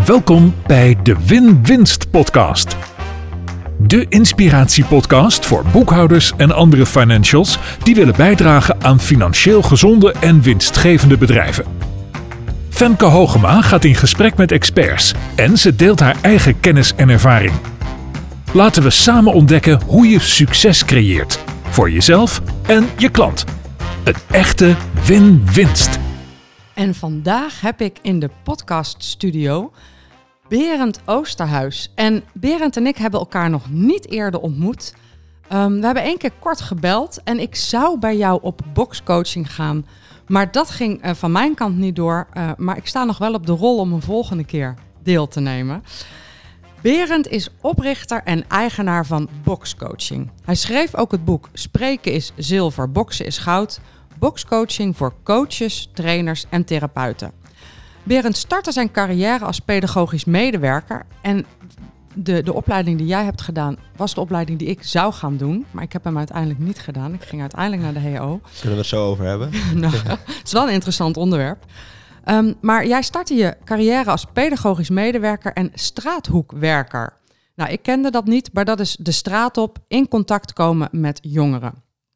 Welkom bij de Win-Winst podcast. De inspiratiepodcast voor boekhouders en andere financials die willen bijdragen aan financieel gezonde en winstgevende bedrijven. Femke Hogema gaat in gesprek met experts en ze deelt haar eigen kennis en ervaring. Laten we samen ontdekken hoe je succes creëert. Voor jezelf en je klant. Een echte win-winst. En vandaag heb ik in de podcaststudio Berend Oosterhuis. En Berend en ik hebben elkaar nog niet eerder ontmoet. We hebben 1 keer kort gebeld en ik zou bij jou op boxcoaching gaan. Maar dat ging van mijn kant niet door. Maar ik sta nog wel op de rol om een volgende keer deel te nemen. Berend is oprichter en eigenaar van boxcoaching. Hij schreef ook het boek Spreken is zilver, boksen is goud. Boxcoaching voor coaches, trainers en therapeuten. Berend startte zijn carrière als pedagogisch medewerker. En de opleiding die jij hebt gedaan was de opleiding die ik zou gaan doen. Maar ik heb hem uiteindelijk niet gedaan. Ik ging uiteindelijk naar de HO. Kunnen we het zo over hebben? Nou, het is wel een interessant onderwerp. Maar jij startte je carrière als pedagogisch medewerker en straathoekwerker. Nou, ik kende dat niet, maar dat is de straat op, in contact komen met jongeren.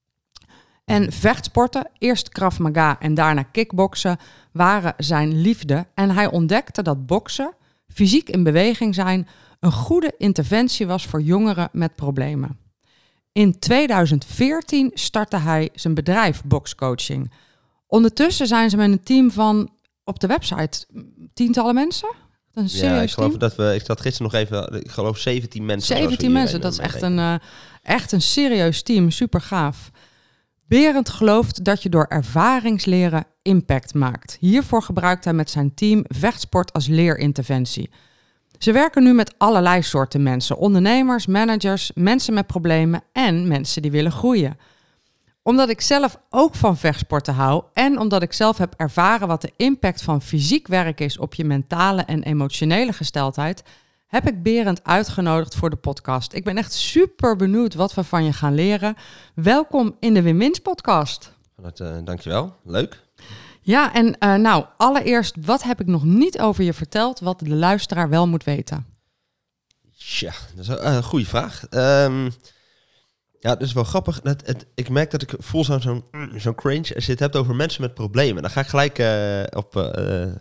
En vechtsporten, eerst Krav Maga en daarna kickboksen, waren zijn liefde. En hij ontdekte dat boksen, fysiek in beweging zijn, een goede interventie was voor jongeren met problemen. In 2014 startte hij zijn bedrijf Boxcoaching. Ondertussen zijn ze met een team van, op de website, tientallen mensen? Een serieus ik geloof team? dat ik zat gisteren nog even, ik geloof 17 mensen. 17 mensen, dat is echt een serieus team, super gaaf. Berend gelooft dat je door ervaringsleren impact maakt. Hiervoor gebruikt hij met zijn team vechtsport als leerinterventie. Ze werken nu met allerlei soorten mensen. Ondernemers, managers, mensen met problemen en mensen die willen groeien. Omdat ik zelf ook van vechtsporten hou en omdat ik zelf heb ervaren wat de impact van fysiek werk is op je mentale en emotionele gesteldheid, heb ik Berend uitgenodigd voor de podcast. Ik ben echt super benieuwd wat we van je gaan leren. Welkom in de Win-Winst podcast. Dankjewel, leuk. Ja, en allereerst, wat heb ik nog niet over je verteld wat de luisteraar wel moet weten? Tja, dat is een goede vraag. Ja, dat is wel grappig. Ik merk dat ik voel zo'n cringe als je het hebt over mensen met problemen. Dan ga ik gelijk op...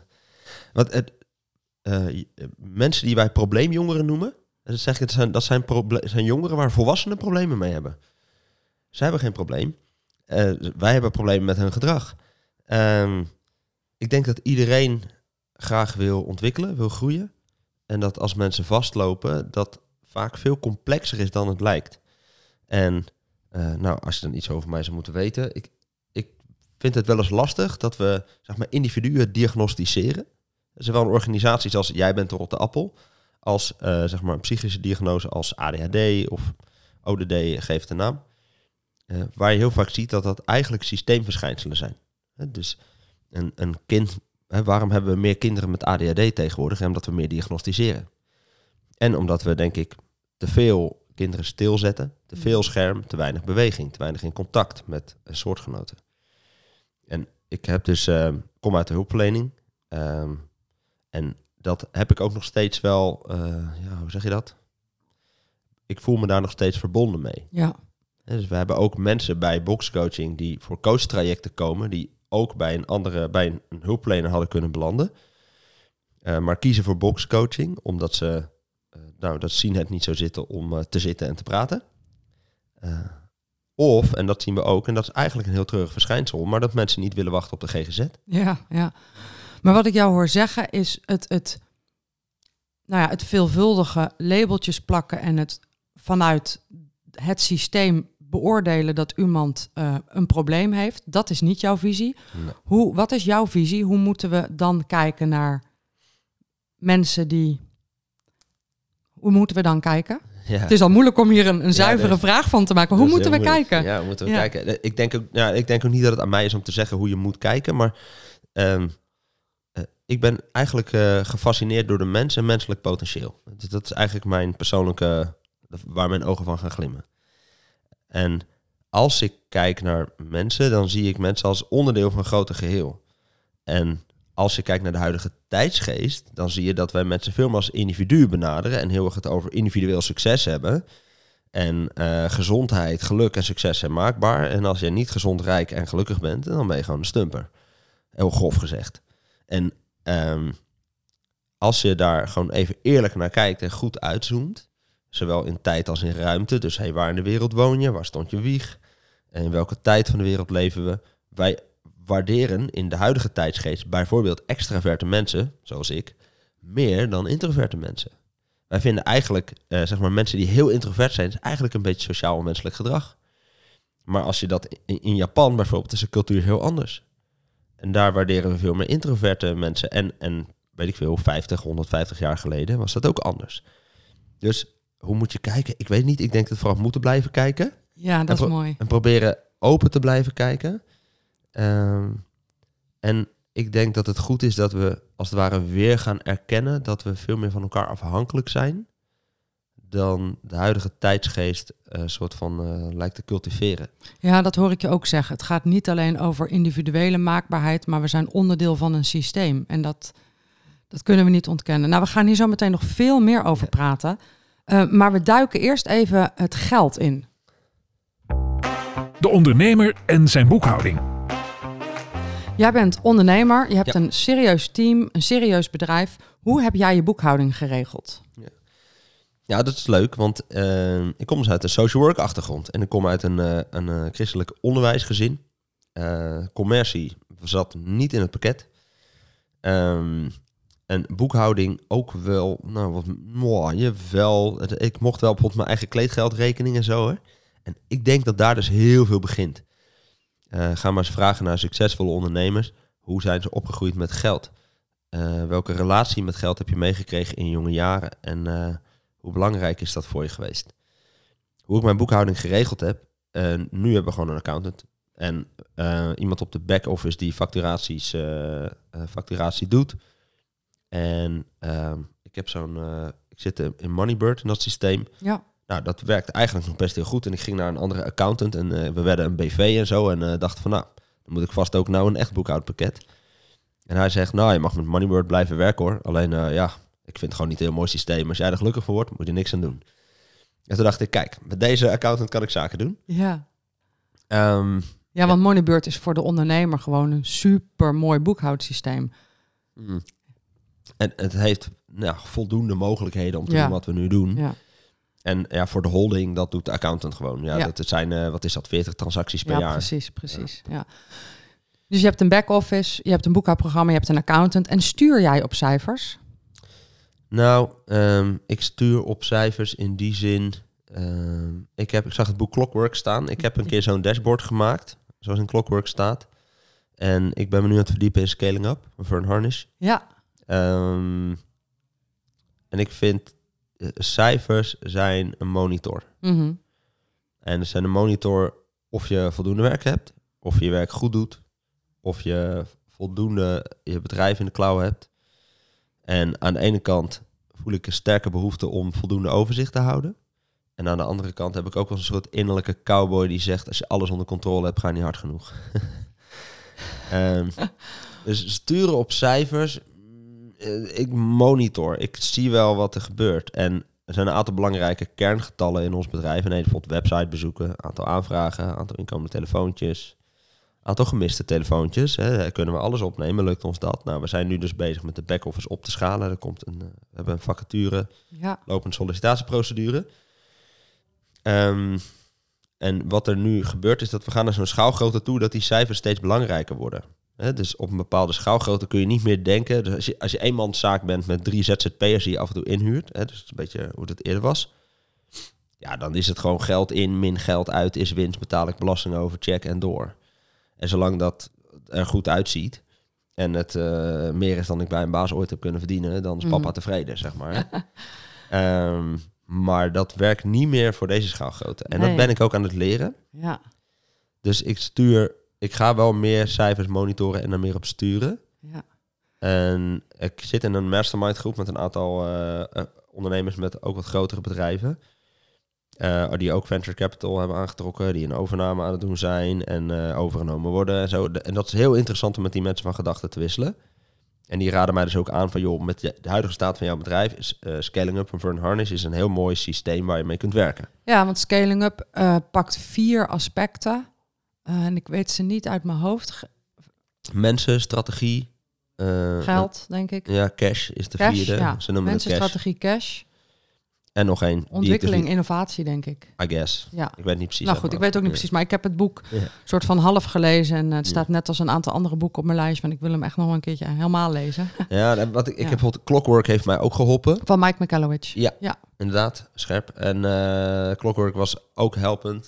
mensen die wij probleemjongeren noemen, dat zijn jongeren waar volwassenen problemen mee hebben. Zij hebben geen probleem. Wij hebben problemen met hun gedrag. Ik denk dat iedereen graag wil ontwikkelen, wil groeien. En dat als mensen vastlopen, dat vaak veel complexer is dan het lijkt. En als je dan iets over mij zou moeten weten, ik vind het wel eens lastig dat we individuen diagnosticeren. Zowel een organisatie zoals Jij bent de rotte appel, als een psychische diagnose als ADHD of ODD, geeft een naam. Waar je heel vaak ziet dat dat eigenlijk systeemverschijnselen zijn. Dus een kind, waarom hebben we meer kinderen met ADHD tegenwoordig? Omdat we meer diagnosticeren. En omdat we, denk ik, te veel kinderen stilzetten, te veel scherm, te weinig beweging, te weinig in contact met soortgenoten. En ik heb dus, kom uit de hulpverlening. En dat heb ik ook nog steeds wel, hoe zeg je dat? Ik voel me daar nog steeds verbonden mee. Ja. Dus we hebben ook mensen bij boxcoaching die voor coachtrajecten komen, die ook bij een hulpverlener hadden kunnen belanden. Maar kiezen voor boxcoaching, omdat ze, dat zien het niet zo zitten om te zitten en te praten. Of, en dat zien we ook, en dat is eigenlijk een heel treurig verschijnsel, maar dat mensen niet willen wachten op de GGZ. Ja. Maar wat ik jou hoor zeggen is het veelvuldige labeltjes plakken en het vanuit het systeem beoordelen dat iemand een probleem heeft. Dat is niet jouw visie. Nee. Wat is jouw visie? Hoe moeten we dan kijken naar mensen die... Hoe moeten we dan kijken? Ja. Het is al moeilijk om hier een zuivere vraag van te maken. Hoe moeten we kijken? Ja, hoe moeten we kijken? Ik denk ook niet dat het aan mij is om te zeggen hoe je moet kijken, maar... ik ben eigenlijk gefascineerd door de mens en menselijk potentieel. Dus dat is eigenlijk mijn persoonlijke... waar mijn ogen van gaan glimmen. En als ik kijk naar mensen, dan zie ik mensen als onderdeel van een groter geheel. En als je kijkt naar de huidige tijdsgeest, dan zie je dat wij mensen veel meer als individuen benaderen en heel erg het over individueel succes hebben. En gezondheid, geluk en succes zijn maakbaar. En als je niet gezond, rijk en gelukkig bent, dan ben je gewoon een stumper. Heel grof gezegd. En als je daar gewoon even eerlijk naar kijkt en goed uitzoomt, zowel in tijd als in ruimte, dus waar in de wereld woon je, waar stond je wieg, en in welke tijd van de wereld leven we. Wij waarderen in de huidige tijdsgeest bijvoorbeeld extraverte mensen, zoals ik, meer dan introverte mensen. Wij vinden eigenlijk, mensen die heel introvert zijn, is eigenlijk een beetje sociaal-menselijk gedrag. Maar als je dat in Japan bijvoorbeeld, is de cultuur heel anders. En daar waarderen we veel meer introverte mensen. En weet ik veel, 50, 150 jaar geleden was dat ook anders. Dus hoe moet je kijken? Ik weet niet, ik denk dat we vooral moeten blijven kijken. Ja, dat is mooi. En proberen open te blijven kijken. En ik denk dat het goed is dat we als het ware weer gaan erkennen dat we veel meer van elkaar afhankelijk zijn dan de huidige tijdsgeest lijkt te cultiveren. Ja, dat hoor ik je ook zeggen. Het gaat niet alleen over individuele maakbaarheid, maar we zijn onderdeel van een systeem. En dat kunnen we niet ontkennen. Nou, we gaan hier zo meteen nog veel meer over praten. Maar we duiken eerst even het geld in. De ondernemer en zijn boekhouding. Jij bent ondernemer, je hebt een serieus team, een serieus bedrijf. Hoe heb jij je boekhouding geregeld? Ja, dat is leuk, want ik kom dus uit een social work achtergrond. En ik kom uit een christelijk onderwijsgezin. Commercie zat niet in het pakket. En boekhouding ook wel, ik mocht wel bijvoorbeeld mijn eigen kleedgeldrekening en zo. Hè. En ik denk dat daar dus heel veel begint. Ga maar eens vragen naar succesvolle ondernemers. Hoe zijn ze opgegroeid met geld? Welke relatie met geld heb je meegekregen in jonge jaren? En hoe belangrijk is dat voor je geweest? Hoe ik mijn boekhouding geregeld heb. Nu hebben we gewoon een accountant. En iemand op de back-office die facturatie doet. En ik zit in Moneybird in dat systeem. Ja. Nou, dat werkt eigenlijk nog best heel goed. En ik ging naar een andere accountant en we werden een BV en zo. En dacht van, dan moet ik vast ook een echt boekhoudpakket. En hij zegt, je mag met Moneybird blijven werken hoor. Alleen, ik vind het gewoon niet een heel mooi systeem. Als jij er gelukkig voor wordt, moet je niks aan doen. En toen dacht ik, kijk, met deze accountant kan ik zaken doen. Ja. Want Moneybird is voor de ondernemer gewoon een super mooi boekhoudsysteem. En het heeft voldoende mogelijkheden om te doen wat we nu doen. Ja. En voor de holding, dat doet de accountant gewoon. Dat zijn, 40 transacties per jaar. Precies. Ja. Dus je hebt een back-office, je hebt een boekhoudprogramma, je hebt een accountant. En stuur jij op cijfers? Nou, ik stuur op cijfers in die zin. Ik zag het boek Clockwork staan. Ik heb een keer zo'n dashboard gemaakt, zoals in Clockwork staat. En ik ben me nu aan het verdiepen in Scaling Up, van Vern Harnish. Ja. En ik vind cijfers zijn een monitor. Mm-hmm. En er zijn een monitor of je voldoende werk hebt, of je werk goed doet, of je voldoende je bedrijf in de klauw hebt. En aan de ene kant voel ik een sterke behoefte om voldoende overzicht te houden. En aan de andere kant heb ik ook wel een soort innerlijke cowboy die zegt, als je alles onder controle hebt, ga je niet hard genoeg. Dus sturen op cijfers, ik monitor, ik zie wel wat er gebeurt. En er zijn een aantal belangrijke kerngetallen in ons bedrijf. En bijvoorbeeld websitebezoeken, aantal aanvragen, aantal inkomende telefoontjes, aantal gemiste telefoontjes. Kunnen we alles opnemen, lukt ons dat? Nou, we zijn nu dus bezig met de back-office op te schalen. We hebben een vacature, lopende sollicitatieprocedure. En wat er nu gebeurt is dat we gaan naar zo'n schaalgrootte toe dat die cijfers steeds belangrijker worden. Dus op een bepaalde schaalgrootte kun je niet meer denken. Dus als je eenmanszaak bent met 3 ZZP'ers die je af en toe inhuurt, dus een beetje hoe het eerder was, dan is het gewoon geld in, min geld uit, is winst, betaal ik belasting over, check en door. En zolang dat er goed uitziet en het meer is dan ik bij een baas ooit heb kunnen verdienen, dan is papa tevreden, zeg maar. Maar dat werkt niet meer voor deze schaalgrootte. En dat ben ik ook aan het leren. Ja. Dus ik ga wel meer cijfers monitoren en er meer op sturen. Ja. En ik zit in een mastermind groep met een aantal ondernemers met ook wat grotere bedrijven. Die ook venture capital hebben aangetrokken, die een overname aan het doen zijn en overgenomen worden. En, zo. En dat is heel interessant om met die mensen van gedachten te wisselen. En die raden mij dus ook aan van, joh, met de huidige staat van jouw bedrijf is Scaling Up van Verne Harnish is een heel mooi systeem waar je mee kunt werken. Ja, want Scaling Up pakt 4 aspecten. En ik weet ze niet uit mijn hoofd. Mensen, strategie. Geld, denk ik. Ja, cash is de Cash, 4e. ja. Ze noemen Mensen, het cash. strategie, cash. En nog één. Ontwikkeling, innovatie, denk ik. I guess. Ja. Ik weet niet precies. Nou goed, ik weet ook niet precies, maar ik heb het boek Ja. soort van half gelezen. En het staat net als een aantal andere boeken op mijn lijst. Want ik wil hem echt nog een keertje helemaal lezen. Ja, ik heb bijvoorbeeld Clockwork heeft mij ook geholpen. Van Mike Michalowicz. Ja. Inderdaad, scherp. En Clockwork was ook helpend.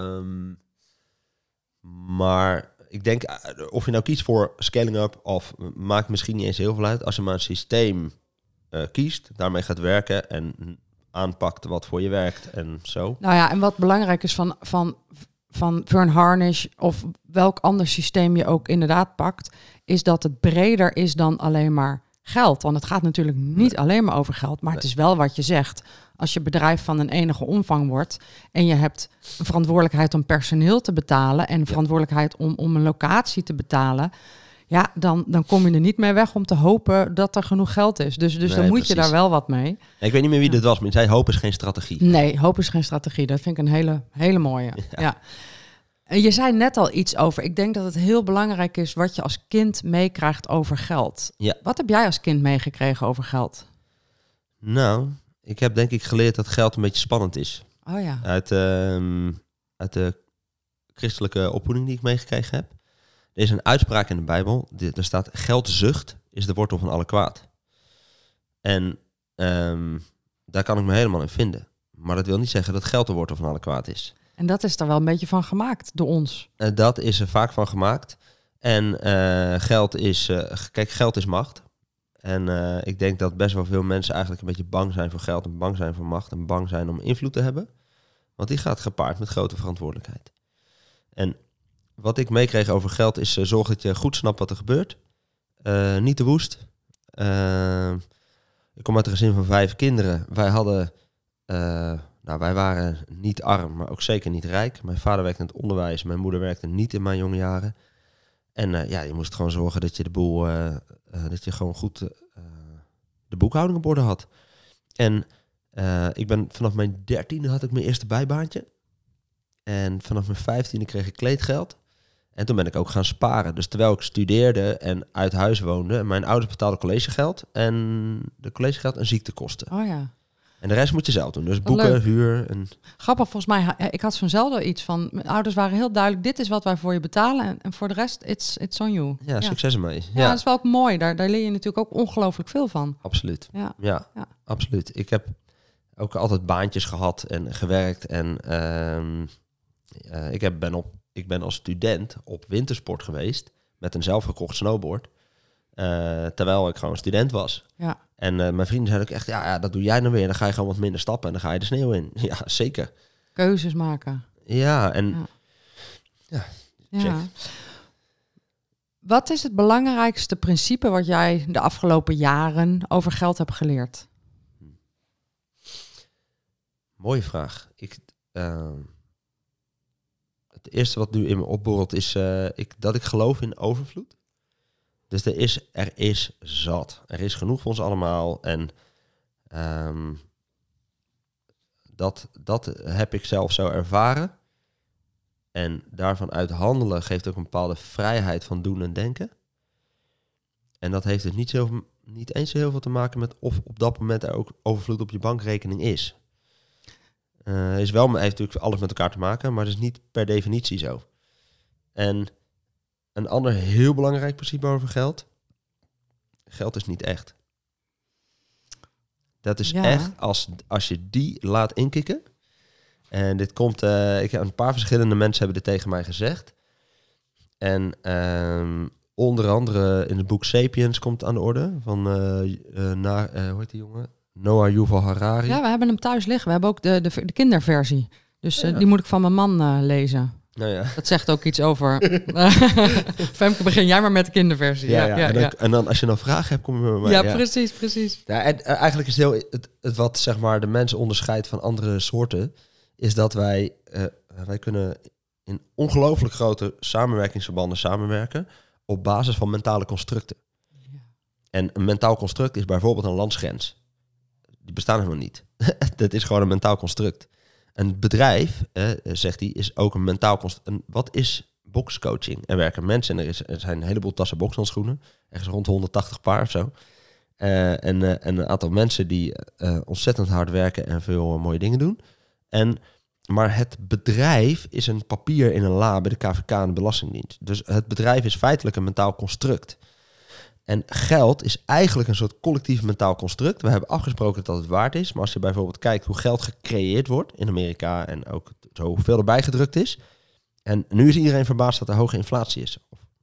Maar ik denk, of je nou kiest voor Scaling Up of maakt misschien niet eens heel veel uit. Als je maar een systeem kiest, daarmee gaat werken en aanpakt wat voor je werkt en zo. Nou ja, en wat belangrijk is van Verne Harnish of welk ander systeem je ook inderdaad pakt, is dat het breder is dan alleen maar geld. Want het gaat natuurlijk niet alleen maar over geld, maar het is wel wat je zegt. Als je bedrijf van een enige omvang wordt en je hebt een verantwoordelijkheid om personeel te betalen en een verantwoordelijkheid om een locatie te betalen, ja, dan kom je er niet mee weg om te hopen dat er genoeg geld is. Dus dan moet precies. je daar wel wat mee. Ik weet niet meer wie dit was, maar hij zei hoop is geen strategie. Nee, hoop is geen strategie. Dat vind ik een hele mooie. Ja. En je zei net al iets over. Ik denk dat het heel belangrijk is wat je als kind meekrijgt over geld. Ja. Wat heb jij als kind meegekregen over geld? Nou, ik heb denk ik geleerd dat geld een beetje spannend is. Oh ja. Uit de christelijke opvoeding die ik meegekregen heb. Er is een uitspraak in de Bijbel. Er staat, geldzucht is de wortel van alle kwaad. En daar kan ik me helemaal in vinden. Maar dat wil niet zeggen dat geld de wortel van alle kwaad is. En dat is er wel een beetje van gemaakt door ons. Dat is er vaak van gemaakt. En geld is macht. En ik denk dat best wel veel mensen eigenlijk een beetje bang zijn voor geld en bang zijn voor macht en bang zijn om invloed te hebben. Want die gaat gepaard met grote verantwoordelijkheid. En wat ik meekreeg over geld is zorg dat je goed snapt wat er gebeurt. Niet te woest. Ik kom uit een gezin van 5 kinderen. Wij waren niet arm, maar ook zeker niet rijk. Mijn vader werkte in het onderwijs. Mijn moeder werkte niet in mijn jonge jaren. En je moest gewoon zorgen dat je de boel, dat je gewoon goed de boekhouding op orde had. En ik ben vanaf mijn 13e had ik mijn eerste bijbaantje. En vanaf mijn 15e kreeg ik kleedgeld. En toen ben ik ook gaan sparen. Dus terwijl ik studeerde en uit huis woonde, mijn ouders betaalden collegegeld en ziektekosten. Oh ja. En de rest moet je zelf doen. Dus Wat boeken, leuk. huur. En Grappig, volgens mij, ik had zo'nzelfde iets van, mijn ouders waren heel duidelijk, dit is wat wij voor je betalen en voor de rest, it's on you. ja, succes ermee. Ja, dat is wel ook mooi. Daar leer je natuurlijk ook ongelooflijk veel van. Absoluut. Ja. Ja, absoluut. Ik heb ook altijd baantjes gehad en gewerkt. En ik ben als student op wintersport geweest met een zelfgekocht snowboard. Terwijl ik gewoon student was. Ja. En mijn vrienden zeiden ook echt, ja, dat doe jij nou weer. Dan ga je gewoon wat minder stappen en dan ga je de sneeuw in. Ja, zeker. Keuzes maken. Ja, en check. Wat is het belangrijkste principe wat jij de afgelopen jaren over geld hebt geleerd? Mooie vraag. Het eerste wat nu in me opborrelt is dat ik geloof in overvloed. Dus er is zat. Er is genoeg voor ons allemaal. En dat heb ik zelf zo ervaren. En daarvan uit handelen geeft ook een bepaalde vrijheid van doen en denken. En dat heeft dus niet eens zo heel veel te maken met of op dat moment er ook overvloed op je bankrekening is. Heeft natuurlijk alles met elkaar te maken, maar dat is niet per definitie zo. En een ander heel belangrijk principe over geld. Geld is niet echt. Dat is echt als je die laat inkikken. En dit komt, ik heb een paar verschillende mensen hebben dit tegen mij gezegd. En onder andere in het boek Sapiens komt aan de orde. Van, hoe heet die jongen? Noah Yuval Harari. Ja, we hebben hem thuis liggen. We hebben ook de kinderversie. Dus die moet ik van mijn man lezen. Nou ja. Dat zegt ook iets over... Femke, begin jij maar met de kinderversie. En dan als je nog vragen hebt, kom je met mij. Ja, precies. Ja, en eigenlijk is het wat zeg maar de mens onderscheidt van andere soorten, is dat wij kunnen in ongelooflijk grote samenwerkingsverbanden samenwerken op basis van mentale constructen. Ja. En een mentaal construct is bijvoorbeeld een landsgrens. Die bestaan helemaal niet. Dat is gewoon een mentaal construct. Een bedrijf, zegt hij, is ook een mentaal construct. Wat is bokscoaching? Er werken mensen en er zijn een heleboel tassen bokshandschoenen. Ergens rond 180 paar of zo. En een aantal mensen die ontzettend hard werken en veel mooie dingen doen. Maar het bedrijf is een papier in een la bij de KVK en de Belastingdienst. Dus het bedrijf is feitelijk een mentaal construct. En geld is eigenlijk een soort collectief mentaal construct. We hebben afgesproken dat het waard is. Maar als je bijvoorbeeld kijkt hoe geld gecreëerd wordt in Amerika en ook zo hoeveel erbij gedrukt is. En nu is iedereen verbaasd dat er hoge inflatie is.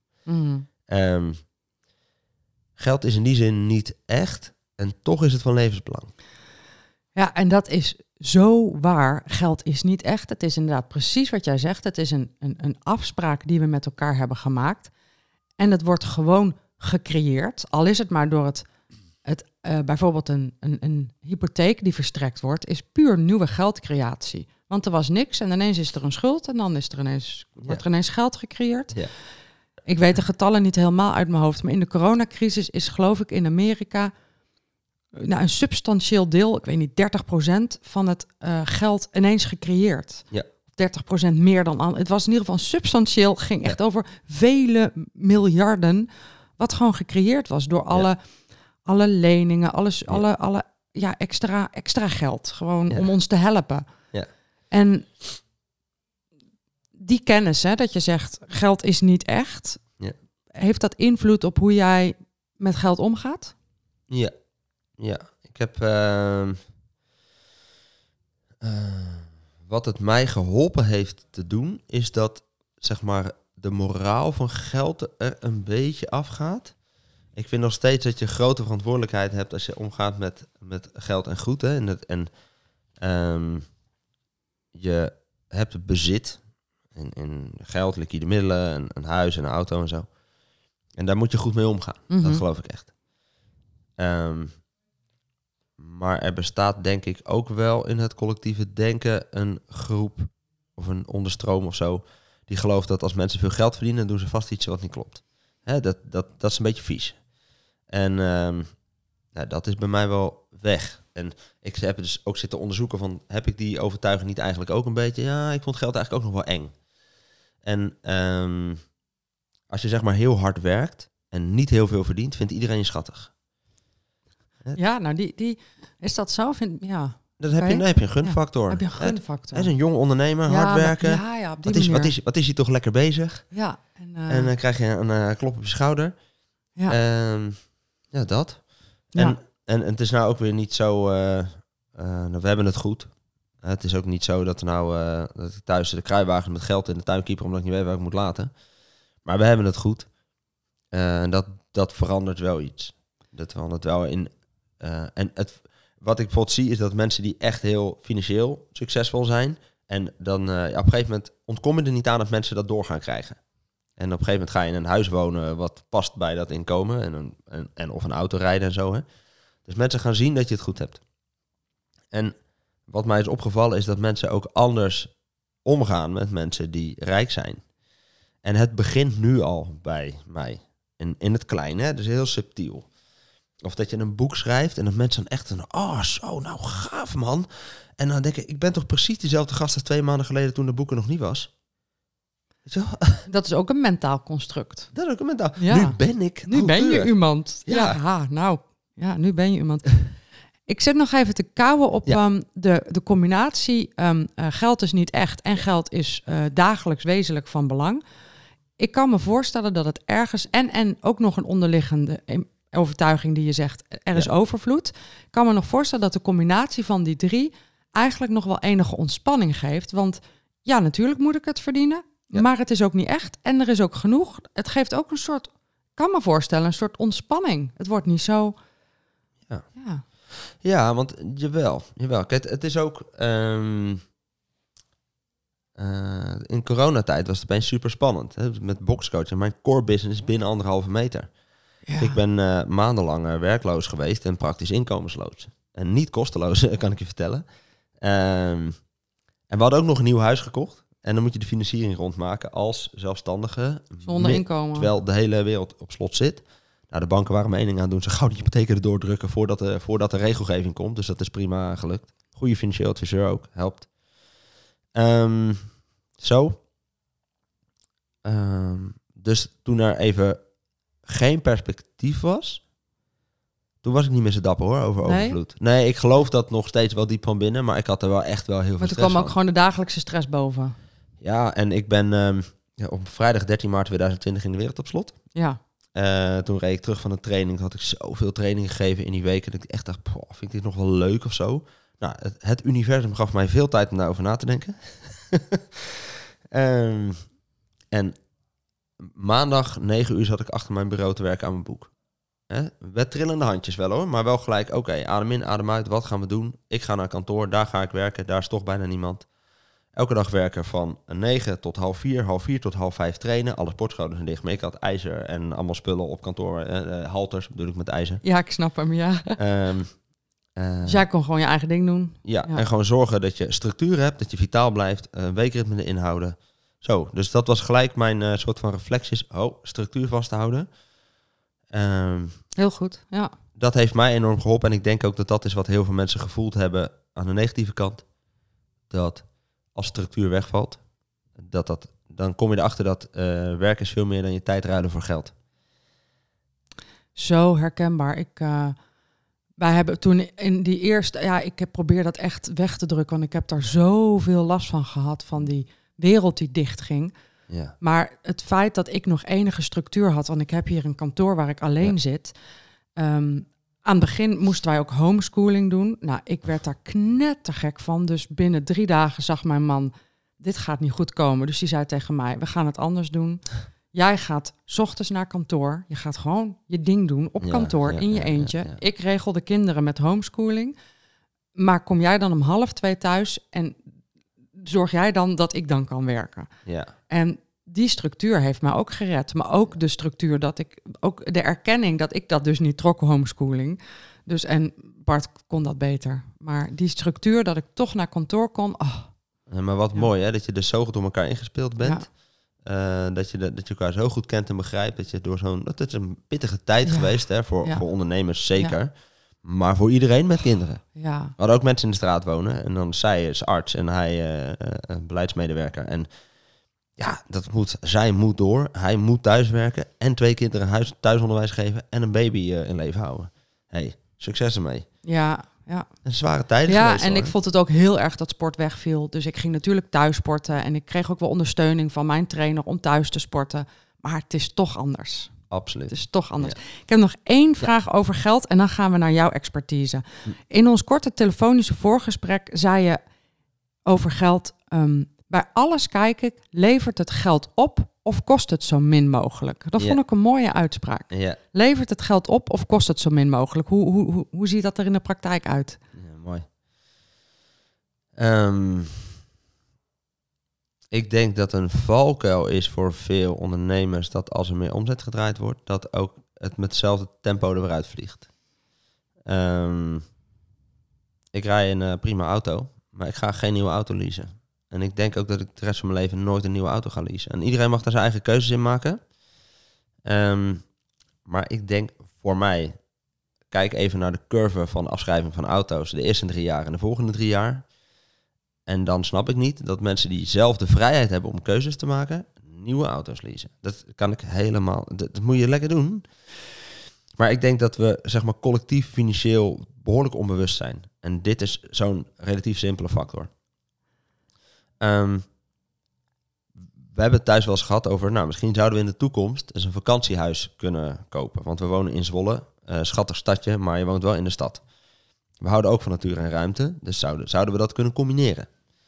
Geld is in die zin niet echt en toch is het van levensbelang. Ja, en dat is zo waar. Geld is niet echt. Het is inderdaad precies wat jij zegt. Het is een afspraak die we met elkaar hebben gemaakt. En het wordt gewoon gecreëerd. Al is het maar door bijvoorbeeld een hypotheek die verstrekt wordt, is puur nieuwe geldcreatie. Want er was niks en ineens is er een schuld en dan wordt er ineens geld gecreëerd. Ja. Ik weet de getallen niet helemaal uit mijn hoofd, maar in de coronacrisis is geloof ik in Amerika een substantieel deel, ik weet niet, 30% van het geld ineens gecreëerd. Ja. 30% meer dan... Het was in ieder geval substantieel, ging echt over vele miljarden, wat gewoon gecreëerd was door alle leningen, alle extra geld, gewoon om ons te helpen. Ja. En die kennis, dat je zegt, geld is niet echt, heeft dat invloed op hoe jij met geld omgaat? Ja. Ik heb... wat het mij geholpen heeft te doen, is dat, zeg maar, de moraal van geld er een beetje afgaat. Ik vind nog steeds dat je grote verantwoordelijkheid hebt als je omgaat met geld en goed. Hè? Je hebt het bezit in geld, liquide middelen, een huis en een auto en zo. En daar moet je goed mee omgaan. Mm-hmm. Dat geloof ik echt. Maar er bestaat denk ik ook wel in het collectieve denken een groep of een onderstroom of zo die gelooft dat als mensen veel geld verdienen, doen ze vast iets wat niet klopt. Hè, dat is een beetje vies. En dat is bij mij wel weg. En ik heb dus ook zitten onderzoeken van, heb ik die overtuiging niet eigenlijk ook een beetje? Ja, ik vond geld eigenlijk ook nog wel eng. En als je zeg maar heel hard werkt en niet heel veel verdient, vindt iedereen je schattig. Ja, nou die is dat zo? Dan heb je een gunfactor. Heb je een gunfactor. Hij is een jong ondernemer, hard werken. Wat is hij toch lekker bezig? Ja. En dan krijg je een klop op je schouder. Ja. Dat. En het is nou ook weer niet zo... we hebben het goed. Het is ook niet zo dat dat ik thuis de kruiwagen met geld in de tuin keeper omdat ik niet weet waar ik moet laten. Maar we hebben het goed. En dat verandert wel iets. Dat verandert wel in... wat ik bijvoorbeeld zie is dat mensen die echt heel financieel succesvol zijn, en dan op een gegeven moment ontkom je er niet aan dat mensen dat door gaan krijgen. En op een gegeven moment ga je in een huis wonen wat past bij dat inkomen en of een auto rijden en zo. Hè. Dus mensen gaan zien dat je het goed hebt. En wat mij is opgevallen is dat mensen ook anders omgaan met mensen die rijk zijn. En het begint nu al bij mij. In het kleine, hè, dus heel subtiel. Of dat je een boek schrijft en dat mensen dan echt gaaf man. En dan denk ik ben toch precies diezelfde gast als 2 maanden geleden toen de boeken nog niet was. Weet je wel? Dat is ook een mentaal construct. Dat is ook een mentaal. Ja. Nu ben ik Nu ben je iemand. Ja, nu ben je iemand. Ik zit nog even te kauwen op de combinatie. Geld is niet echt en geld is dagelijks wezenlijk van belang. Ik kan me voorstellen dat het ergens en ook nog een onderliggende overtuiging die je zegt, er is overvloed. Ik kan me nog voorstellen dat de combinatie van die 3 eigenlijk nog wel enige ontspanning geeft. Want ja, natuurlijk moet ik het verdienen, maar het is ook niet echt. En er is ook genoeg. Het geeft ook een soort, kan me voorstellen, een soort ontspanning. Het wordt niet zo... Ja, want jawel. Kijk, het is ook... in coronatijd was het opeens super spannend. Hè? Met boxcoaching. Mijn core business is binnen 1,5 meter. Ja. Ik ben maandenlang werkloos geweest en praktisch inkomensloos. En niet kosteloos, kan ik je vertellen. En we hadden ook nog een nieuw huis gekocht. En dan moet je de financiering rondmaken als zelfstandige. Zonder inkomen. Terwijl de hele wereld op slot zit. Nou, de banken waren mening aan het doen. Ze gauw die hypotheken erdoor drukken voordat de regelgeving komt. Dus dat is prima gelukt. Goede financieel adviseur ook. Helpt. Dus toen er even geen perspectief was, toen was ik niet meer zo dapper hoor, over overvloed. Nee, ik geloof dat nog steeds wel diep van binnen, maar ik had er wel echt wel heel veel stress van. Maar toen kwam ook gewoon de dagelijkse stress boven. Ja, en ik ben op vrijdag 13 maart 2020 in de wereld op slot. Ja. Toen reed ik terug van de training. Toen had ik zoveel training gegeven in die weken dat ik echt dacht, vind ik dit nog wel leuk of zo? Nou, het universum gaf mij veel tijd om daarover na te denken. En maandag 9 uur zat ik achter mijn bureau te werken aan mijn boek. Met trillende handjes wel hoor, maar wel gelijk, oké, adem in, adem uit, wat gaan we doen? Ik ga naar kantoor, daar ga ik werken, daar is toch bijna niemand. Elke dag werken van 9 tot half 4 tot half 5 trainen. Alle sportscholen zijn dicht, maar ik had ijzer en allemaal spullen op kantoor. Halters bedoel ik met ijzer. Ja, ik snap hem, ja. Dus jij kon gewoon je eigen ding doen. Ja, en gewoon zorgen dat je structuur hebt, dat je vitaal blijft, weekritme erin houden. Zo, dus dat was gelijk mijn soort van reflecties. Structuur vasthouden. Heel goed, ja. Dat heeft mij enorm geholpen. En ik denk ook dat dat is wat heel veel mensen gevoeld hebben aan de negatieve kant. Dat als structuur wegvalt, dan kom je erachter dat werk is veel meer dan je tijd ruilen voor geld. Zo herkenbaar. Wij hebben toen in die eerste... Ja, ik probeer dat echt weg te drukken, want ik heb daar zoveel last van gehad, van die wereld die dicht ging. Ja. Maar het feit dat ik nog enige structuur had, want ik heb hier een kantoor waar ik alleen zit. Aan het begin moesten wij ook homeschooling doen. Nou, ik werd daar knettergek van. Dus binnen 3 dagen zag mijn man, dit gaat niet goed komen. Dus die zei tegen mij, we gaan het anders doen. Jij gaat 's ochtends naar kantoor. Je gaat gewoon je ding doen op kantoor in je eentje. Ja. Ik regel de kinderen met homeschooling. Maar kom jij dan om 1:30 thuis en zorg jij dan dat ik dan kan werken? Ja. En die structuur heeft mij ook gered. Maar ook de structuur ook de erkenning dat ik dat dus niet trok, homeschooling. Dus en Bart kon dat beter. Maar die structuur dat ik toch naar kantoor kon. Maar wat mooi hè, dat je dus zo goed door elkaar ingespeeld bent. Ja. Dat je elkaar zo goed kent en begrijpt. Dat je door dat is een pittige tijd geweest hè, voor ondernemers zeker. Ja. Maar voor iedereen met kinderen. Ja. We hadden ook mensen in de straat wonen. En dan zij is arts en hij beleidsmedewerker. En ja, zij moet door. Hij moet thuiswerken en 2 kinderen thuisonderwijs geven en een baby in leven houden. Hey, succes ermee. Ja. Een zware tijden geweest. Ja, en hoor. ik vond het ook heel erg dat sport wegviel. Dus ik ging natuurlijk thuis sporten. En ik kreeg ook wel ondersteuning van mijn trainer om thuis te sporten. Maar het is toch anders. Absoluut. Het is toch anders. Ja. Ik heb nog 1 vraag over geld en dan gaan we naar jouw expertise. In ons korte telefonische voorgesprek zei je over geld. Bij alles kijk ik, levert het geld op of kost het zo min mogelijk? Dat vond ik een mooie uitspraak. Ja. Levert het geld op of kost het zo min mogelijk? Hoe ziet dat er in de praktijk uit? Ja, mooi. Ik denk dat een valkuil is voor veel ondernemers dat als er meer omzet gedraaid wordt, dat ook het met hetzelfde tempo er weer uitvliegt. Ik rij een prima auto, maar ik ga geen nieuwe auto leasen. En ik denk ook dat ik de rest van mijn leven nooit een nieuwe auto ga leasen. En iedereen mag daar zijn eigen keuzes in maken. Maar ik denk voor mij, kijk even naar de curve van afschrijving van auto's. De eerste 3 jaar en de volgende 3 jaar. En dan snap ik niet dat mensen die zelf de vrijheid hebben om keuzes te maken, nieuwe auto's leasen. Dat kan ik helemaal, dat moet je lekker doen. Maar ik denk dat we zeg maar collectief financieel behoorlijk onbewust zijn. En dit is zo'n relatief simpele factor. We hebben het thuis wel eens gehad over, misschien zouden we in de toekomst eens een vakantiehuis kunnen kopen. Want we wonen in Zwolle, schattig stadje, maar je woont wel in de stad. We houden ook van natuur en ruimte, dus zouden we dat kunnen combineren.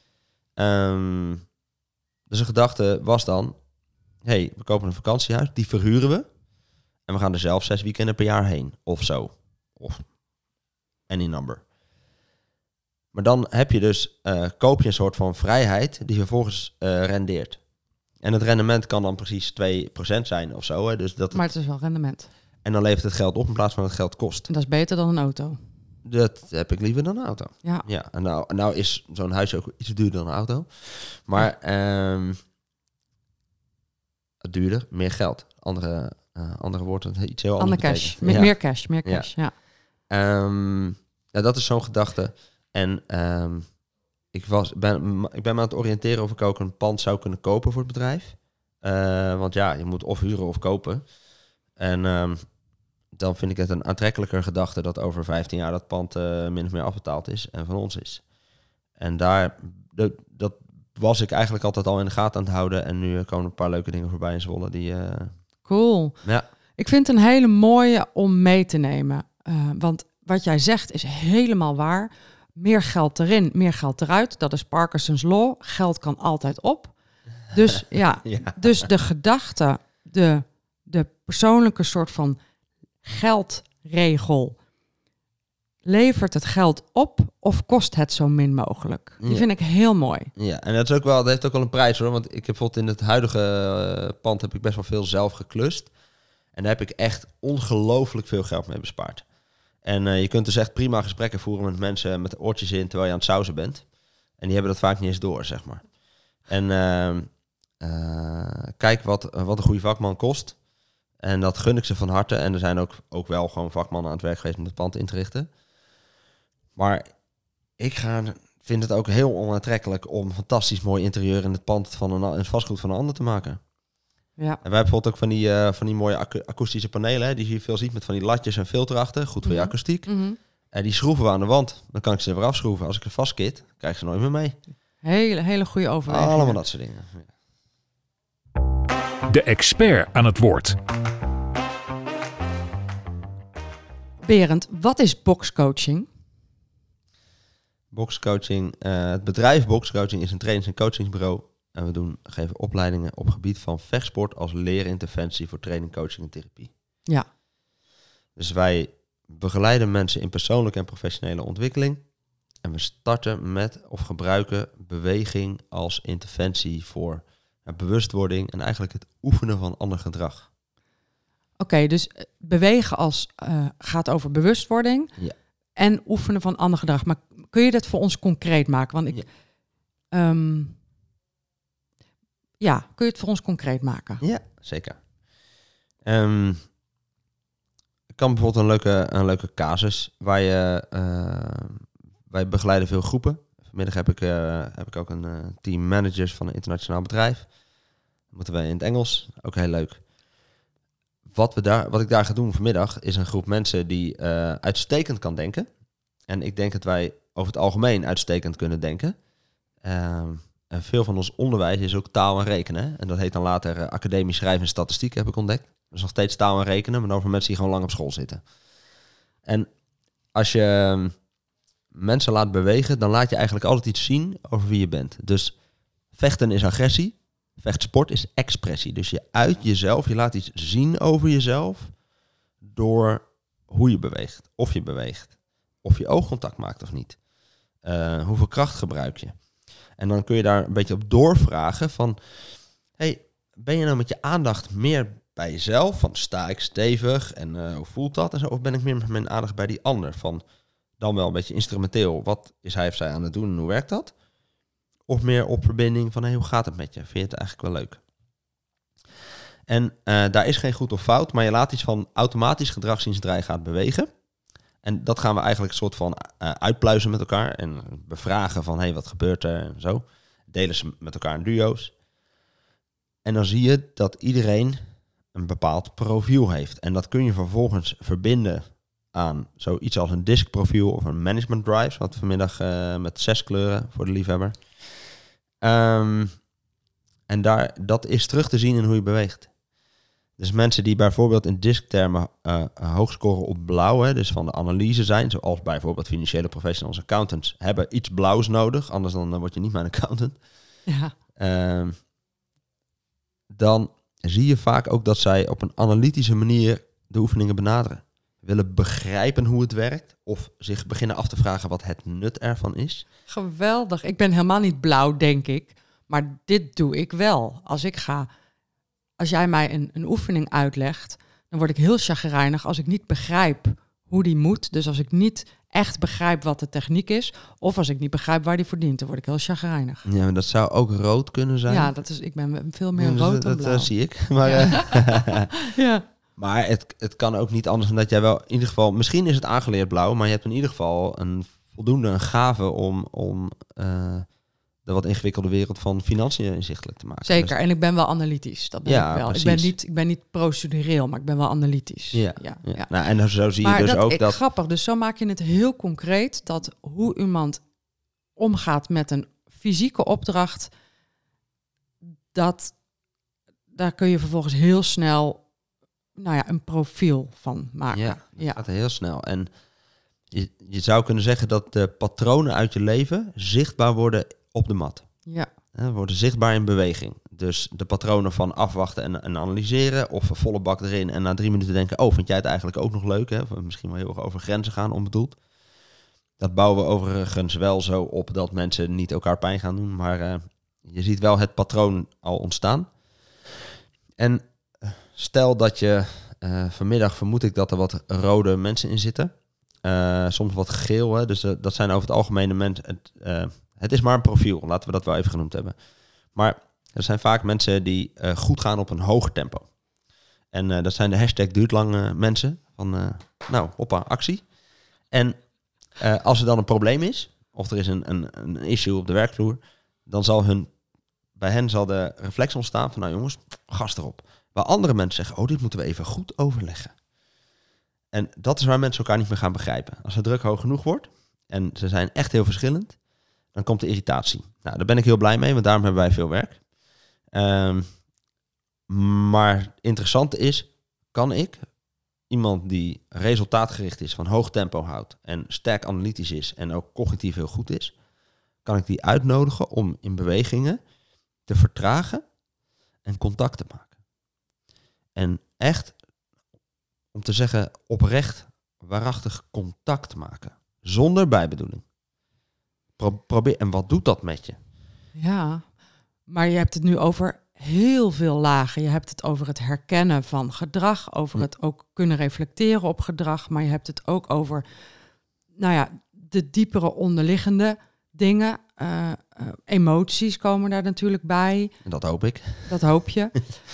Dus de gedachte was dan, we kopen een vakantiehuis, die verhuren we. En we gaan er zelf 6 weekenden per jaar heen, of zo. Of any number. Maar dan heb je dus, koop je een soort van vrijheid die vervolgens rendeert. En het rendement kan dan precies 2% zijn of zo. Hè? Dus maar het is wel rendement. En dan levert het geld op in plaats van het geld kost. En dat is beter dan een auto. Dat heb ik liever dan een auto. Ja. En nou is zo'n huis ook iets duurder dan een auto. Maar duurder, meer geld. Andere andere woord, iets heel Ander anders cash. betekent. Meer cash, ja. Dat is zo'n gedachte. En ik ben me aan het oriënteren of ik ook een pand zou kunnen kopen voor het bedrijf. Want ja, je moet of huren of kopen. En dan vind ik het een aantrekkelijker gedachte dat over 15 jaar dat pand min of meer afbetaald is en van ons is. En dat was ik eigenlijk altijd al in de gaten aan het houden. En nu komen een paar leuke dingen voorbij in Zwolle. Cool. Ja. Ik vind het een hele mooie om mee te nemen. Want wat jij zegt is helemaal waar. Meer geld erin, meer geld eruit. Dat is Parkinson's Law. Geld kan altijd op. Dus ja, dus de gedachte, de persoonlijke soort van geldregel. Levert het geld op of kost het zo min mogelijk? Die vind ik heel mooi. Ja, en dat heeft ook wel een prijs hoor. Want ik heb bijvoorbeeld in het huidige pand heb ik best wel veel zelf geklust. En daar heb ik echt ongelooflijk veel geld mee bespaard. En je kunt dus echt prima gesprekken voeren met mensen met oortjes in terwijl je aan het sausen bent. En die hebben dat vaak niet eens door, zeg maar. En kijk wat een goede vakman kost. En dat gun ik ze van harte. En er zijn ook wel gewoon vakmannen aan het werk geweest om het pand in te richten. Maar vind het ook heel onaantrekkelijk om fantastisch mooi interieur in het pand van een vastgoed van een ander te maken. Ja. En wij hebben bijvoorbeeld ook van die mooie akoestische panelen, hè, die je veel ziet met van die latjes en filter achter, goed voor je akoestiek. Mm-hmm. En die schroeven we aan de wand. Dan kan ik ze er weer afschroeven. Als ik er vastkit, krijg ik ze nooit meer mee. Hele goede overweging. Allemaal dat soort dingen. Ja. De expert aan het woord. Berend, wat is boxcoaching? Boxcoaching, het bedrijf Boxcoaching is een trainings- en coachingsbureau. En we geven opleidingen op gebied van vechtsport als leerinterventie voor training, coaching en therapie. Ja. Dus wij begeleiden mensen in persoonlijke en professionele ontwikkeling. En we starten met of gebruiken beweging als interventie voor bewustwording en eigenlijk het oefenen van ander gedrag. Oké, dus bewegen gaat over bewustwording en oefenen van ander gedrag. Maar kun je dat voor ons concreet maken? Want kun je het voor ons concreet maken? Ja, zeker. Ik kan bijvoorbeeld een leuke casus waar wij begeleiden veel groepen. Vanmiddag heb ik ook een team managers van een internationaal bedrijf. Dat moeten wij in het Engels, ook heel leuk. Wat ik daar ga doen vanmiddag is een groep mensen die uitstekend kan denken. En ik denk dat wij over het algemeen uitstekend kunnen denken. En veel van ons onderwijs is ook taal en rekenen. En dat heet dan later academisch schrijven en statistiek, heb ik ontdekt. Dus nog steeds taal en rekenen, maar dan voor mensen die gewoon lang op school zitten. En als je mensen laat bewegen, dan laat je eigenlijk altijd iets zien over wie je bent. Dus vechten is agressie. Vechtsport is expressie. Dus je uit jezelf, je laat iets zien over jezelf door hoe je beweegt. Of je beweegt. Of je oogcontact maakt of niet. Hoeveel kracht gebruik je? En dan kun je daar een beetje op doorvragen van, ben je nou met je aandacht meer bij jezelf? Van sta ik stevig en hoe voelt dat? En zo, of ben ik meer met mijn aandacht bij die ander? Van dan wel een beetje instrumenteel. Wat is hij of zij aan het doen en hoe werkt dat? Of meer op verbinding van hoe gaat het met je? Vind je het eigenlijk wel leuk? En daar is geen goed of fout, maar je laat iets van automatisch gedrag zien zodra je gaat bewegen. En dat gaan we eigenlijk een soort van uitpluizen met elkaar. En bevragen van wat gebeurt er en zo. Delen ze met elkaar in duo's. En dan zie je dat iedereen een bepaald profiel heeft. En dat kun je vervolgens verbinden aan zoiets als een diskprofiel of een management drive. Wat vanmiddag met 6 kleuren voor de liefhebber. En dat is terug te zien in hoe je beweegt. Dus mensen die bijvoorbeeld in disktermen hoog scoren op blauw, dus van de analyse zijn, zoals bijvoorbeeld financiële professionals, accountants, hebben iets blauws nodig, anders dan word je niet mijn accountant. Ja. Dan zie je vaak ook dat zij op een analytische manier de oefeningen benaderen. Willen begrijpen hoe het werkt of zich beginnen af te vragen wat het nut ervan is. Geweldig. Ik ben helemaal niet blauw, denk ik. Maar dit doe ik wel. Als jij mij een oefening uitlegt, dan word ik heel chagrijnig als ik niet begrijp hoe die moet. Dus als ik niet echt begrijp wat de techniek is, of als ik niet begrijp waar die voor dient, dan word ik heel chagrijnig. Ja, maar dat zou ook rood kunnen zijn. Ja, ik ben veel meer rood dan blauw. Dat zie ik. Maar, Ja. Maar het kan ook niet anders dan dat jij wel in ieder geval... Misschien is het aangeleerd blauw, maar je hebt in ieder geval een gave om de wat ingewikkelde wereld van financiën inzichtelijk te maken. Zeker, Dus, en ik ben wel analytisch. Dat ben Ja, ik wel. precies. Ik ben niet procedureel, maar ik ben wel analytisch. Ja. Ja. Nou, en zo zie je Maar dus ook dat... Grappig, dus zo maak je het heel concreet... dat hoe iemand omgaat met een fysieke opdracht... daar kun je vervolgens heel snel een profiel van maken. Ja, dat gaat heel snel. En je zou kunnen zeggen dat de patronen uit je leven zichtbaar worden op de mat. Ja. Worden zichtbaar in beweging. Dus de patronen van afwachten en analyseren... of volle bak erin en na 3 minuten denken... oh, vind jij het eigenlijk ook nog leuk? Hè? Of misschien wel heel erg over grenzen gaan, onbedoeld. Dat bouwen we overigens wel zo op dat mensen niet elkaar pijn gaan doen. Maar je ziet wel het patroon al ontstaan. En stel dat je... vanmiddag vermoed ik dat er wat rode mensen in zitten. Soms wat geel. Hè? Dus dat zijn over het algemeen mensen... Het is maar een profiel, laten we dat wel even genoemd hebben. Maar er zijn vaak mensen die goed gaan op een hoger tempo. En dat zijn de #duurtlang mensen. Van, hoppa, actie. En als er dan een probleem is, of er is een issue op de werkvloer, dan zal bij hen zal de reflex ontstaan van, jongens, gas erop. Waar andere mensen zeggen, dit moeten we even goed overleggen. En dat is waar mensen elkaar niet meer gaan begrijpen. Als de druk hoog genoeg wordt, en ze zijn echt heel verschillend, dan komt de irritatie. Nou, daar ben ik heel blij mee, want daarom hebben wij veel werk. Maar het interessante is, kan ik iemand die resultaatgericht is, van hoog tempo houdt en sterk analytisch is en ook cognitief heel goed is, kan ik die uitnodigen om in bewegingen te vertragen en contact te maken. En echt, om te zeggen, oprecht, waarachtig contact maken. Zonder bijbedoeling. Probeer. En wat doet dat met je? Ja, maar je hebt het nu over heel veel lagen. Je hebt het over het herkennen van gedrag, over het ook kunnen reflecteren op gedrag, maar je hebt het ook over, de diepere onderliggende dingen. Emoties komen daar natuurlijk bij. En dat hoop ik. Dat hoop je.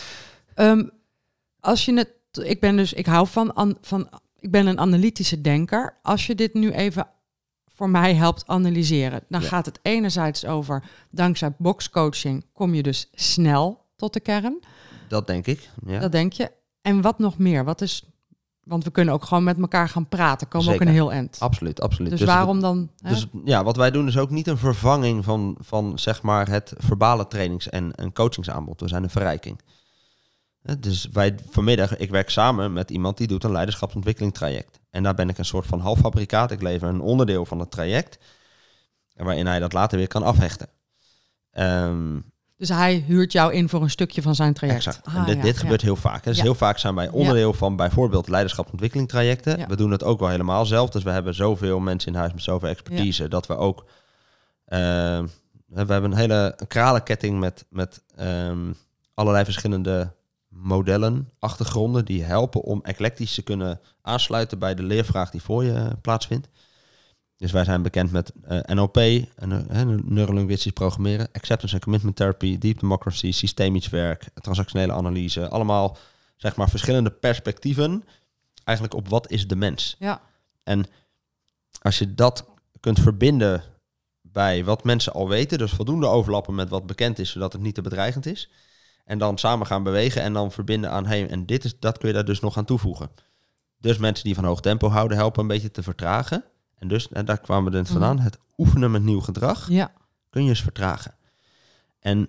Ik ben een analytische denker. Als je dit nu even voor mij helpt analyseren, dan gaat het enerzijds over, dankzij boxcoaching kom je dus snel tot de kern. Dat denk ik. Ja. Dat denk je. En wat nog meer? Want we kunnen ook gewoon met elkaar gaan praten. Komen Zeker. Ook een heel eind. Absoluut. Dus waarom dan? Dus wat wij doen is ook niet een vervanging van zeg maar het verbale trainings- en coachingsaanbod. We zijn een verrijking. Dus vanmiddag, ik werk samen met iemand die doet een leiderschapsontwikkeling traject. En daar ben ik een soort van halffabrikaat. Ik lever een onderdeel van het traject, waarin hij dat later weer kan afhechten. Dus hij huurt jou in voor een stukje van zijn traject. Exact. En dit gebeurt heel vaak. Dus heel vaak zijn wij onderdeel van bijvoorbeeld leiderschapsontwikkeling trajecten. Ja. We doen het ook wel helemaal zelf. Dus we hebben zoveel mensen in huis met zoveel expertise dat we ook... we hebben een hele kralenketting met allerlei verschillende modellen, achtergronden die helpen om eclectisch te kunnen aansluiten bij de leervraag die voor je plaatsvindt. Dus wij zijn bekend met NLP, neurolinguistisch programmeren, acceptance en commitment therapy, deep democracy, systemisch werk, transactionele analyse. Allemaal, zeg maar, verschillende perspectieven eigenlijk op wat is de mens. Ja. En als je dat kunt verbinden bij wat mensen al weten, dus voldoende overlappen met wat bekend is, zodat het niet te bedreigend is, en dan samen gaan bewegen en dan verbinden aan, en dat kun je daar dus nog aan toevoegen. Dus mensen die van hoog tempo houden, helpen een beetje te vertragen. En dus, daar kwamen we er vandaan, het oefenen met nieuw gedrag, kun je eens vertragen. En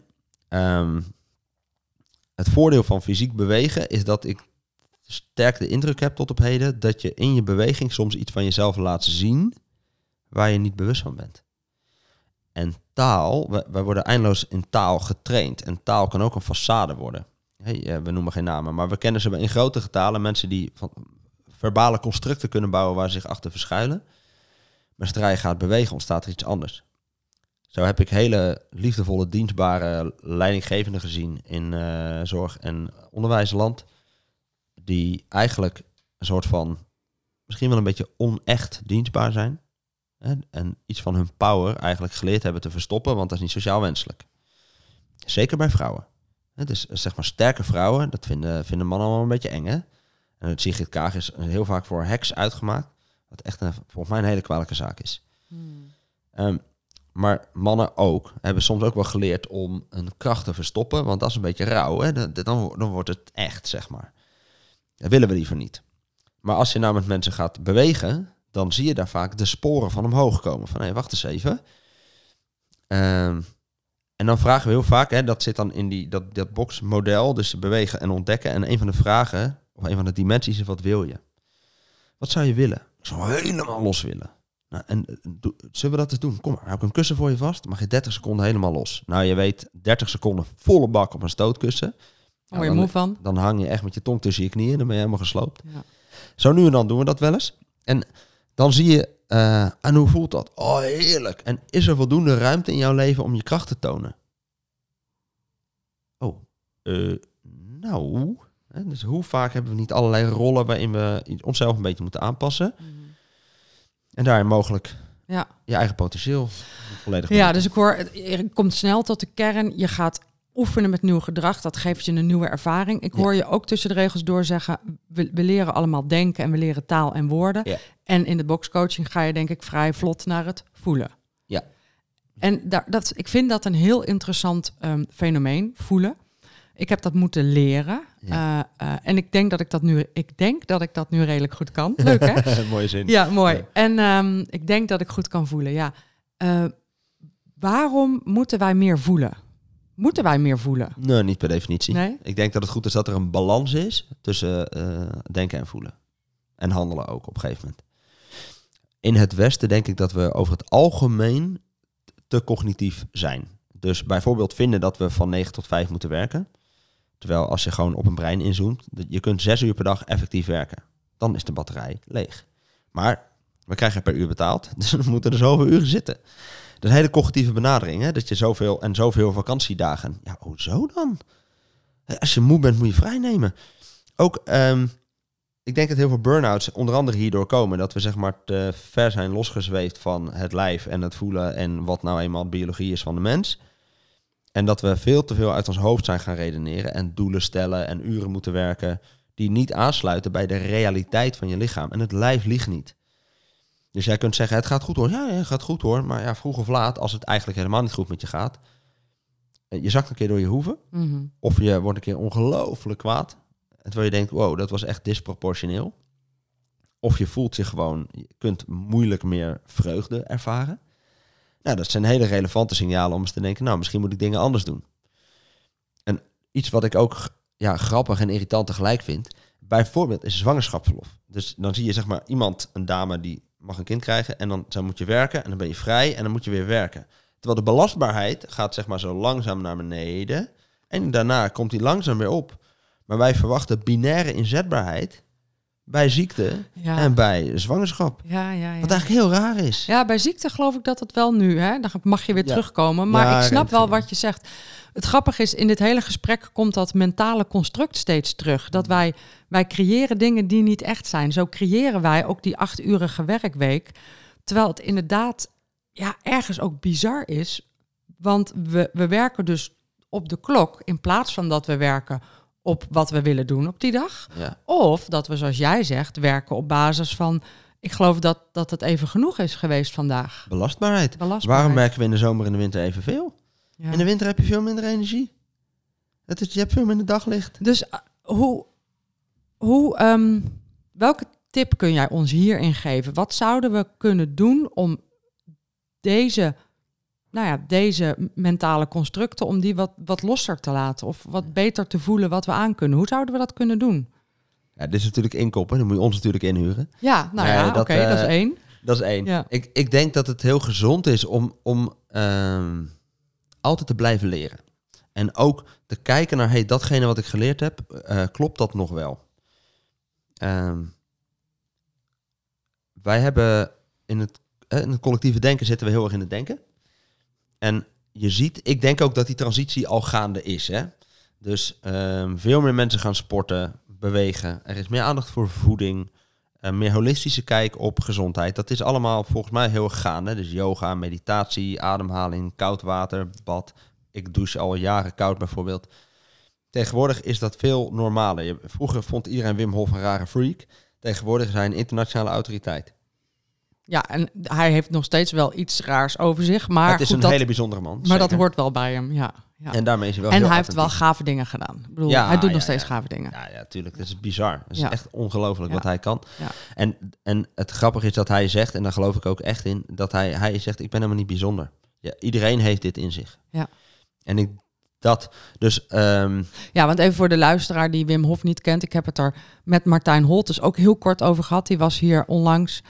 het voordeel van fysiek bewegen is dat ik sterk de indruk heb tot op heden dat je in je beweging soms iets van jezelf laat zien waar je niet bewust van bent. En taal, wij worden eindeloos in taal getraind. En taal kan ook een façade worden. We noemen geen namen, maar we kennen ze in grote getalen. Mensen die van verbale constructen kunnen bouwen waar ze zich achter verschuilen. Maar zodra je gaat bewegen, ontstaat er iets anders. Zo heb ik hele liefdevolle, dienstbare leidinggevenden gezien in zorg- en onderwijsland. Die eigenlijk een soort van, misschien wel een beetje onecht dienstbaar zijn. En iets van hun power eigenlijk geleerd hebben te verstoppen, want dat is niet sociaal wenselijk. Zeker bij vrouwen. Dus zeg maar sterke vrouwen, dat vinden mannen allemaal een beetje eng, hè? En het Sigrid Kaag is heel vaak voor heks uitgemaakt. Wat echt volgens mij een hele kwalijke zaak is. Maar mannen ook. Hebben soms ook wel geleerd om een kracht te verstoppen. Want dat is een beetje rauw. Hè? Dan wordt het echt, zeg maar. Dat willen we liever niet. Maar als je nou met mensen gaat bewegen, dan zie je daar vaak de sporen van omhoog komen. Van, hé, wacht eens even. En dan vragen we heel vaak, hè, dat zit dan in dat boxmodel, dus bewegen en ontdekken. En een van de vragen, of een van de dimensies is, wat wil je? Wat zou je willen? Ik zou helemaal los willen. Nou, zullen we dat eens doen? Kom maar, hou ik een kussen voor je vast. Mag je 30 seconden helemaal los. Nou, je weet, 30 seconden volle bak op een stootkussen. Word je moe van? Dan hang je echt met je tong tussen je knieën. Dan ben je helemaal gesloopt. Ja. Zo nu en dan doen we dat wel eens. En dan zie je, en hoe voelt dat? Oh, heerlijk. En is er voldoende ruimte in jouw leven om je kracht te tonen? Nou. Dus hoe vaak hebben we niet allerlei rollen waarin we onszelf een beetje moeten aanpassen. En daarin mogelijk je eigen potentieel volledig benutten. Ja, dus ik hoor, je komt snel tot de kern. Je gaat oefenen met nieuw gedrag. Dat geeft je een nieuwe ervaring. Ik hoor je ook tussen de regels door zeggen, we leren allemaal denken en we leren taal en woorden. Ja. En in de boxcoaching ga je denk ik vrij vlot naar het voelen. Ja. En ik vind dat een heel interessant fenomeen, voelen. Ik heb dat moeten leren. Ja. En ik denk dat ik dat nu redelijk goed kan. Leuk, hè? Mooie zin. Ja, mooi. Ja. En ik denk dat ik goed kan voelen, ja. Waarom moeten wij meer voelen? Moeten wij meer voelen? Nee, niet per definitie. Nee? Ik denk dat het goed is dat er een balans is tussen denken en voelen. En handelen ook op een gegeven moment. In het Westen denk ik dat we over het algemeen te cognitief zijn. Dus bijvoorbeeld vinden dat we van 9 tot 5 moeten werken. Terwijl als je gewoon op een brein inzoomt, je kunt 6 uur per dag effectief werken. Dan is de batterij leeg. Maar we krijgen per uur betaald, dus we moeten er zoveel uren zitten. Dat is een hele cognitieve benadering, hè? Dat je zoveel vakantiedagen. Ja, hoezo dan? Als je moe bent, moet je vrij nemen. Ook, ik denk dat heel veel burn-outs onder andere hierdoor komen. Dat we zeg maar te ver zijn losgezweefd van het lijf en het voelen en wat nou eenmaal biologie is van de mens. En dat we veel te veel uit ons hoofd zijn gaan redeneren en doelen stellen en uren moeten werken die niet aansluiten bij de realiteit van je lichaam. En het lijf liegt niet. Dus jij kunt zeggen, het gaat goed hoor. Ja, het gaat goed hoor. Maar ja, vroeg of laat, als het eigenlijk helemaal niet goed met je gaat, je zakt een keer door je hoeven. Mm-hmm. Of je wordt een keer ongelooflijk kwaad. Terwijl je denkt, wow, dat was echt disproportioneel. Of je voelt je gewoon, je kunt moeilijk meer vreugde ervaren. Nou, dat zijn hele relevante signalen om eens te denken, nou, misschien moet ik dingen anders doen. En iets wat ik ook grappig en irritant tegelijk vind, bijvoorbeeld is zwangerschapsverlof. Dus dan zie je zeg maar een dame die mag een kind krijgen en dan moet je werken en dan ben je vrij en dan moet je weer werken. Terwijl de belastbaarheid gaat zeg maar zo langzaam naar beneden en daarna komt die langzaam weer op. Maar wij verwachten binaire inzetbaarheid bij ziekte en bij zwangerschap. Ja. Wat eigenlijk heel raar is. Ja, bij ziekte geloof ik dat het wel nu, hè? Dan mag je weer terugkomen. Maar ik snap wel wat je zegt. Het grappige is, in dit hele gesprek komt dat mentale construct steeds terug. Dat wij creëren dingen die niet echt zijn. Zo creëren wij ook die 8-urige werkweek. Terwijl het inderdaad ergens ook bizar is. Want we werken dus op de klok in plaats van dat we werken op wat we willen doen op die dag. Ja. Of dat we, zoals jij zegt, werken op basis van, ik geloof dat het even genoeg is geweest vandaag. Belastbaarheid. Waarom werken we in de zomer en de winter evenveel? Ja. In de winter heb je veel minder energie. Je hebt veel minder daglicht. Dus welke tip kun jij ons hierin geven? Wat zouden we kunnen doen om deze mentale constructen, om die wat losser te laten of wat beter te voelen wat we aan kunnen? Hoe zouden we dat kunnen doen? Ja, dit is natuurlijk inkoppen. Dan moet je ons natuurlijk inhuren. Ja, dat is 1. Dat is 1. Ja. Ik denk dat het heel gezond is om altijd te blijven leren. En ook te kijken naar, datgene wat ik geleerd heb, klopt dat nog wel? Wij hebben in het collectieve denken zitten we heel erg in het denken. En je ziet, ik denk ook dat die transitie al gaande is. Hè? Dus veel meer mensen gaan sporten, bewegen. Er is meer aandacht voor voeding. Meer holistische kijk op gezondheid. Dat is allemaal volgens mij heel erg gaande. Dus yoga, meditatie, ademhaling, koud water, bad. Ik douche al jaren koud bijvoorbeeld. Tegenwoordig is dat veel normaler. Vroeger vond iedereen Wim Hof een rare freak. Tegenwoordig is hij een internationale autoriteit. Ja, en hij heeft nog steeds wel iets raars over zich. Maar het is een hele bijzondere man. Maar zeker. dat hoort wel bij hem, ja. En daarmee is hij wel en heel hij heeft wel authentiek. gave dingen gedaan. Ik bedoel, hij doet nog steeds gave dingen. Ja, tuurlijk. Dat is bizar. Dat is Ja. echt ongelooflijk wat hij kan. Ja. En het grappige is dat hij zegt, en daar geloof ik ook echt in, dat hij zegt, ik ben helemaal niet bijzonder. Ja, iedereen heeft dit in zich. Ja. En Ja, want even voor de luisteraar die Wim Hof niet kent. Ik heb het er met Martijn Holtes ook heel kort over gehad. Die was hier onlangs.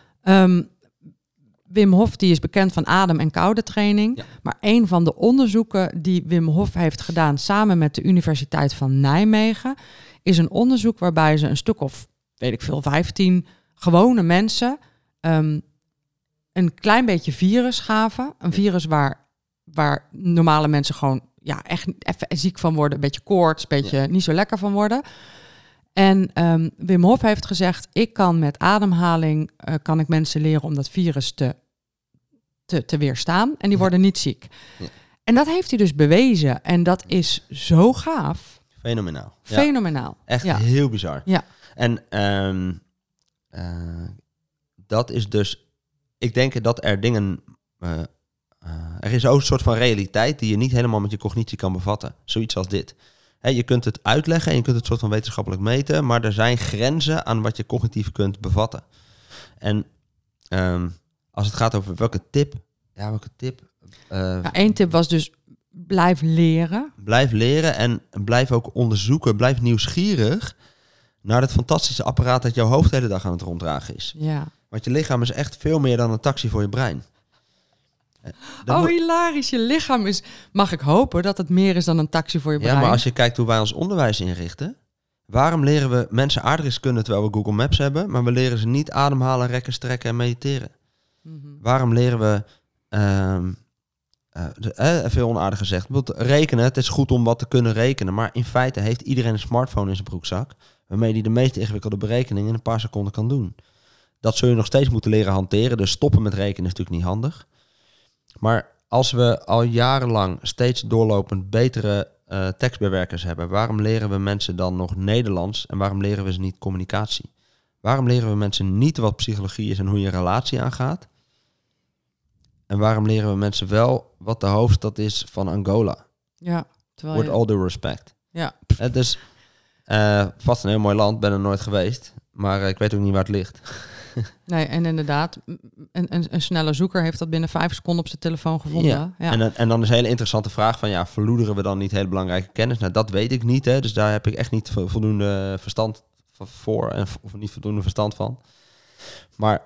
Wim Hof die is bekend van adem- en koude training. Ja. Maar een van de onderzoeken die Wim Hof heeft gedaan samen met de Universiteit van Nijmegen is een onderzoek waarbij ze een stuk of, 15 gewone mensen een klein beetje virus gaven. Een virus waar normale mensen gewoon echt even ziek van worden. Een beetje koorts, een beetje niet zo lekker van worden. En Wim Hof heeft gezegd, ik kan met ademhaling kan ik mensen leren om dat virus te weerstaan. En die worden niet ziek. Ja. En dat heeft hij dus bewezen. En dat is zo gaaf. Fenomenaal. Fenomenaal. Echt ja. heel bizar. Ja. En dat is dus, ik denk dat er dingen, er is ook een soort van realiteit die je niet helemaal met je cognitie kan bevatten. Zoiets als dit. Je kunt het uitleggen en je kunt het soort van wetenschappelijk meten, maar er zijn grenzen aan wat je cognitief kunt bevatten. En als het gaat over welke tip? Eén tip was dus blijf leren. Blijf leren en blijf ook onderzoeken, blijf nieuwsgierig naar het fantastische apparaat dat jouw hoofd de hele dag aan het ronddragen is. Ja. Want je lichaam is echt veel meer dan een taxi voor je brein. Hilarisch. Je lichaam is... Mag ik hopen dat het meer is dan een taxi voor je brein? Ja, maar als je kijkt hoe wij ons onderwijs inrichten, waarom leren we mensen aardrijkskunde terwijl we Google Maps hebben, maar we leren ze niet ademhalen, rekken, strekken en mediteren? Mm-hmm. Waarom leren we, veel onaardig gezegd, bijvoorbeeld rekenen, het is goed om wat te kunnen rekenen, maar in feite heeft iedereen een smartphone in zijn broekzak, waarmee hij de meest ingewikkelde berekeningen in een paar seconden kan doen. Dat zul je nog steeds moeten leren hanteren, dus stoppen met rekenen is natuurlijk niet handig. Maar als we al jarenlang steeds doorlopend betere tekstbewerkers hebben, waarom leren we mensen dan nog Nederlands en waarom leren we ze niet communicatie? Waarom leren we mensen niet wat psychologie is en hoe je een relatie aangaat? En waarom leren we mensen wel wat de hoofdstad is van Angola? Ja, terwijl With all due respect. Ja. Het is vast een heel mooi land, ben er nooit geweest, maar ik weet ook niet waar het ligt. Nee, en inderdaad, een snelle zoeker heeft dat binnen 5 seconden op zijn telefoon gevonden. Ja. Ja. En dan is een hele interessante vraag van, verloederen we dan niet hele belangrijke kennis? Nou, dat weet ik niet, hè. Dus daar heb ik echt niet voldoende verstand voor of niet voldoende verstand van. Maar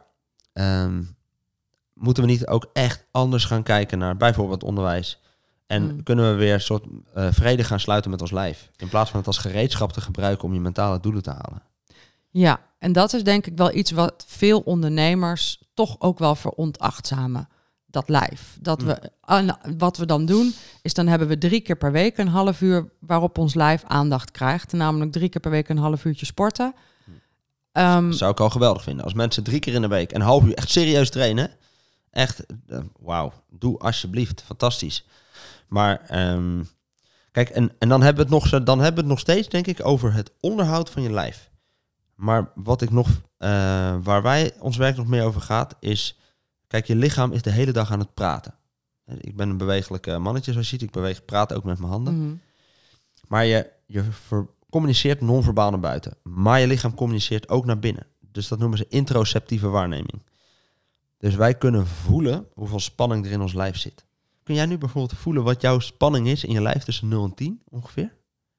moeten we niet ook echt anders gaan kijken naar bijvoorbeeld onderwijs? En kunnen we weer een soort vrede gaan sluiten met ons lijf, in plaats van het als gereedschap te gebruiken om je mentale doelen te halen? Ja, en dat is denk ik wel iets wat veel ondernemers toch ook wel veronachtzamen. Dat lijf. Wat we dan doen, is dan hebben we 3 keer per week een half uur waarop ons lijf aandacht krijgt. Namelijk 3 keer per week een half uurtje sporten. Dat zou ik al geweldig vinden. Als mensen 3 keer in de week een half uur echt serieus trainen. Echt, wauw. Doe alsjeblieft. Fantastisch. Maar kijk, en dan hebben we het nog steeds, denk ik, over het onderhoud van je lijf. Maar wat ik nog, waar wij ons werk nog meer over gaat, is, kijk, je lichaam is de hele dag aan het praten. Ik ben een bewegelijk mannetje, zoals je ziet. Ik praat ook met mijn handen. Mm-hmm. Maar je communiceert non-verbaal naar buiten. Maar je lichaam communiceert ook naar binnen. Dus dat noemen ze interoceptieve waarneming. Dus wij kunnen voelen hoeveel spanning er in ons lijf zit. Kun jij nu bijvoorbeeld voelen wat jouw spanning is in je lijf tussen 0 en 10 ongeveer?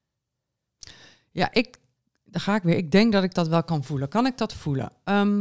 Ja, daar ga ik weer. Ik denk dat ik dat wel kan voelen. Kan ik dat voelen?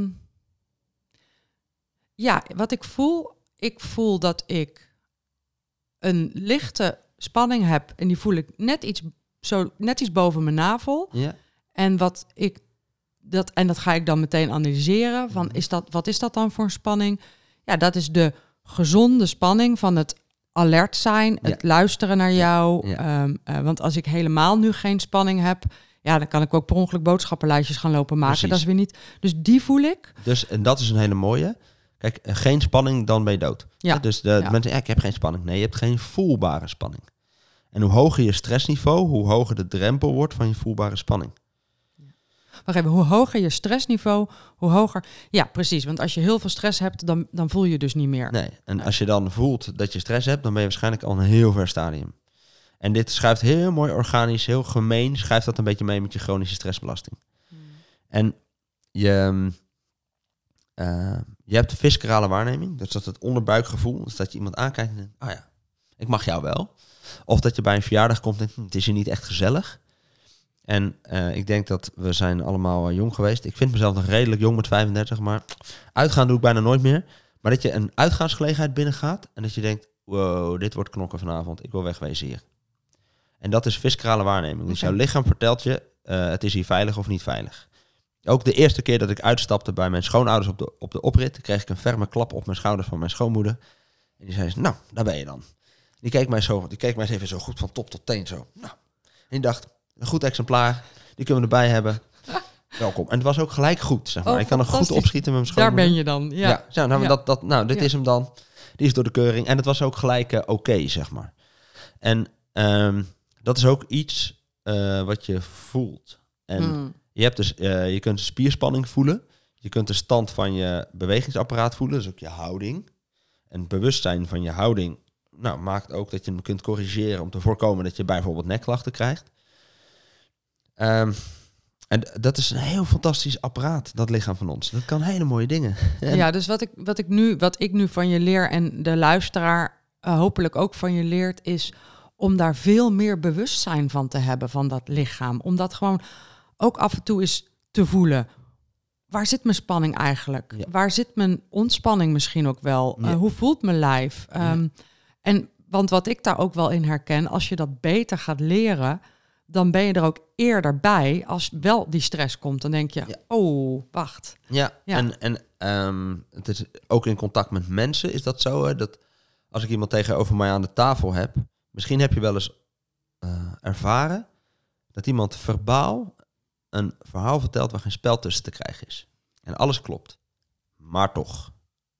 Ja, wat ik voel... Ik voel dat ik een lichte spanning heb. En die voel ik net iets boven mijn navel. Ja. En dat ga ik dan meteen analyseren. Van, wat is dat dan voor een spanning? Ja, dat is de gezonde spanning van het alert zijn. Het luisteren naar jou. Ja. Want als ik helemaal nu geen spanning heb... Ja, dan kan ik ook per ongeluk boodschappenlijstjes gaan lopen maken. Precies. Dat is weer niet... Dus die voel ik. Dus, en dat is een hele mooie. Kijk, geen spanning, dan ben je dood. Ja. Dus de mensen, ik heb geen spanning. Nee, je hebt geen voelbare spanning. En hoe hoger je stressniveau, hoe hoger de drempel wordt van je voelbare spanning. Wacht even, hoe hoger je stressniveau, hoe hoger... Ja, precies, want als je heel veel stress hebt, dan voel je dus niet meer. Nee, en als je dan voelt dat je stress hebt, dan ben je waarschijnlijk al een heel ver stadium. En dit schuift heel mooi organisch, heel gemeen, schuift dat een beetje mee met je chronische stressbelasting. En je hebt de viscerale waarneming, dus dat het onderbuikgevoel, dus dat je iemand aankijkt en denkt, oh ja, ik mag jou wel. Of dat je bij een verjaardag komt en denkt, het is hier niet echt gezellig. En ik denk dat we zijn allemaal jong geweest. Ik vind mezelf nog redelijk jong met 35, maar uitgaan doe ik bijna nooit meer. Maar dat je een uitgaansgelegenheid binnengaat en dat je denkt, wow, dit wordt knokken vanavond, ik wil wegwezen hier. En dat is viscerale waarneming. Dus jouw lichaam vertelt je, het is hier veilig of niet veilig. Ook de eerste keer dat ik uitstapte bij mijn schoonouders op de oprit, kreeg ik een ferme klap op mijn schouders van mijn schoonmoeder. En die zei, nou, daar ben je dan. Die keek mij eens even zo goed van top tot teen zo. Nou. En die dacht, een goed exemplaar, die kunnen we erbij hebben. Welkom. En het was ook gelijk goed, zeg maar. Ik kan er goed opschieten met mijn schoonmoeder. Daar ben je dan, ja. Dit is hem dan. Die is door de keuring. En het was ook gelijk oké, zeg maar. En dat is ook iets wat je voelt. En je hebt dus, je kunt de spierspanning voelen. Je kunt de stand van je bewegingsapparaat voelen. Dus ook je houding. En het bewustzijn van je houding maakt ook dat je hem kunt corrigeren om te voorkomen dat je bijvoorbeeld nekklachten krijgt. En dat is een heel fantastisch apparaat, dat lichaam van ons. Dat kan hele mooie dingen. Ja, dus wat ik nu van je leer en de luisteraar hopelijk ook van je leert, is om daar veel meer bewustzijn van te hebben, van dat lichaam. Om dat gewoon ook af en toe eens te voelen. Waar zit mijn spanning eigenlijk? Ja. Waar zit mijn ontspanning misschien ook wel? Ja. Hoe voelt mijn lijf? Want wat ik daar ook wel in herken, als je dat beter gaat leren, dan ben je er ook eerder bij als wel die stress komt. Dan denk je, oh, wacht. Ja. En het is ook in contact met mensen is dat zo. Hè, dat als ik iemand tegenover mij aan de tafel heb, misschien heb je wel eens ervaren dat iemand verbaal een verhaal vertelt waar geen spel tussen te krijgen is. En alles klopt. Maar toch.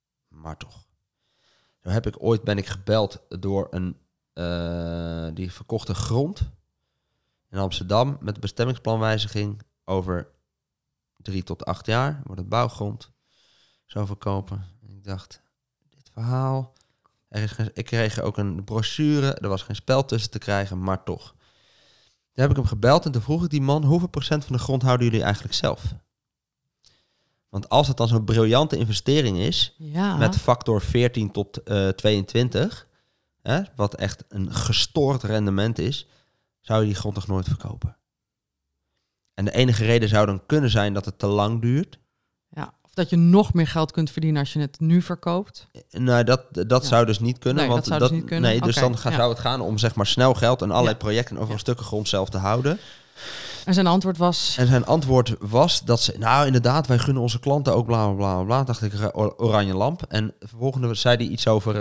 Zo ben ik gebeld door die verkochte grond in Amsterdam met de bestemmingsplanwijziging over 3 tot 8 jaar wordt het bouwgrond zo verkopen. Ik dacht, dit verhaal, ik kreeg ook een brochure, er was geen spel tussen te krijgen, maar toch. Toen heb ik hem gebeld en toen vroeg ik die man, hoeveel procent van de grond houden jullie eigenlijk zelf? Want als het dan zo'n briljante investering is, met factor 14 tot 22, wat echt een gestoord rendement is, zou je die grond toch nooit verkopen. En de enige reden zou dan kunnen zijn dat het te lang duurt. Ja, of dat je nog meer geld kunt verdienen als je het nu verkoopt. Nou, dat zou dus niet kunnen. Nee, want dat zou dus niet kunnen. Nee, dus dan zou het gaan om zeg maar snel geld en allerlei projecten over een stukken grond zelf te houden. En zijn antwoord was dat ze, inderdaad, wij gunnen onze klanten ook bla bla bla bla. Dacht ik, oranje lamp. En vervolgens zei hij iets over,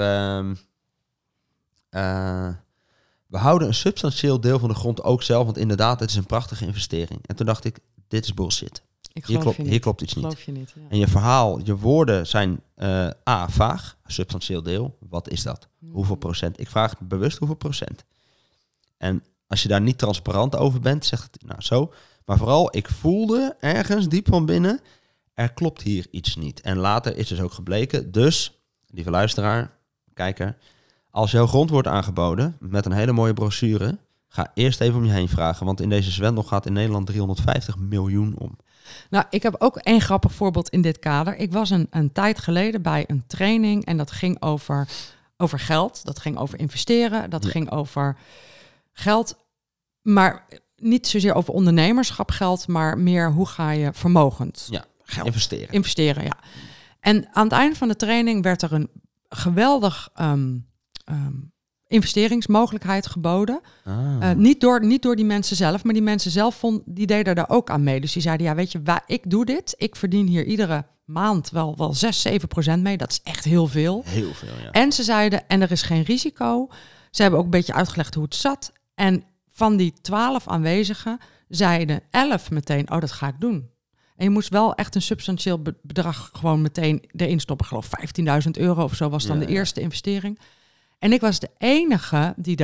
we houden een substantieel deel van de grond ook zelf, want inderdaad, het is een prachtige investering. En toen dacht ik, dit is bullshit. Hier klopt iets niet. Je niet, ja. En je verhaal, je woorden zijn vaag, substantieel deel. Wat is dat? Hoeveel procent? Ik vraag bewust hoeveel procent. En als je daar niet transparant over bent, zegt het zo. Maar vooral, ik voelde ergens diep van binnen, er klopt hier iets niet. En later is dus ook gebleken. Dus, lieve luisteraar, kijker, als jouw grond wordt aangeboden met een hele mooie brochure, ga eerst even om je heen vragen. Want in deze zwendel gaat in Nederland 350 miljoen om. Nou, ik heb ook één grappig voorbeeld in dit kader. Ik was een tijd geleden bij een training en dat ging over geld. Dat ging over investeren. Dat ging over geld, maar niet zozeer over ondernemerschap geld, maar meer hoe ga je vermogend geld investeren. Ja. En aan het einde van de training werd er een geweldig investeringsmogelijkheid geboden. Niet door die mensen zelf, maar die mensen zelf die deden daar ook aan mee. Dus die zeiden, weet je, ik doe dit. Ik verdien hier iedere maand wel 6-7% mee. Dat is echt heel veel. Heel veel, ja. En ze zeiden, en er is geen risico. Ze hebben ook een beetje uitgelegd hoe het zat. En van die 12 aanwezigen zeiden 11 meteen, dat ga ik doen. En je moest wel echt een substantieel bedrag gewoon meteen erin stoppen. Ik geloof €15.000 of zo was dan de eerste investering. En ik was de enige die dacht,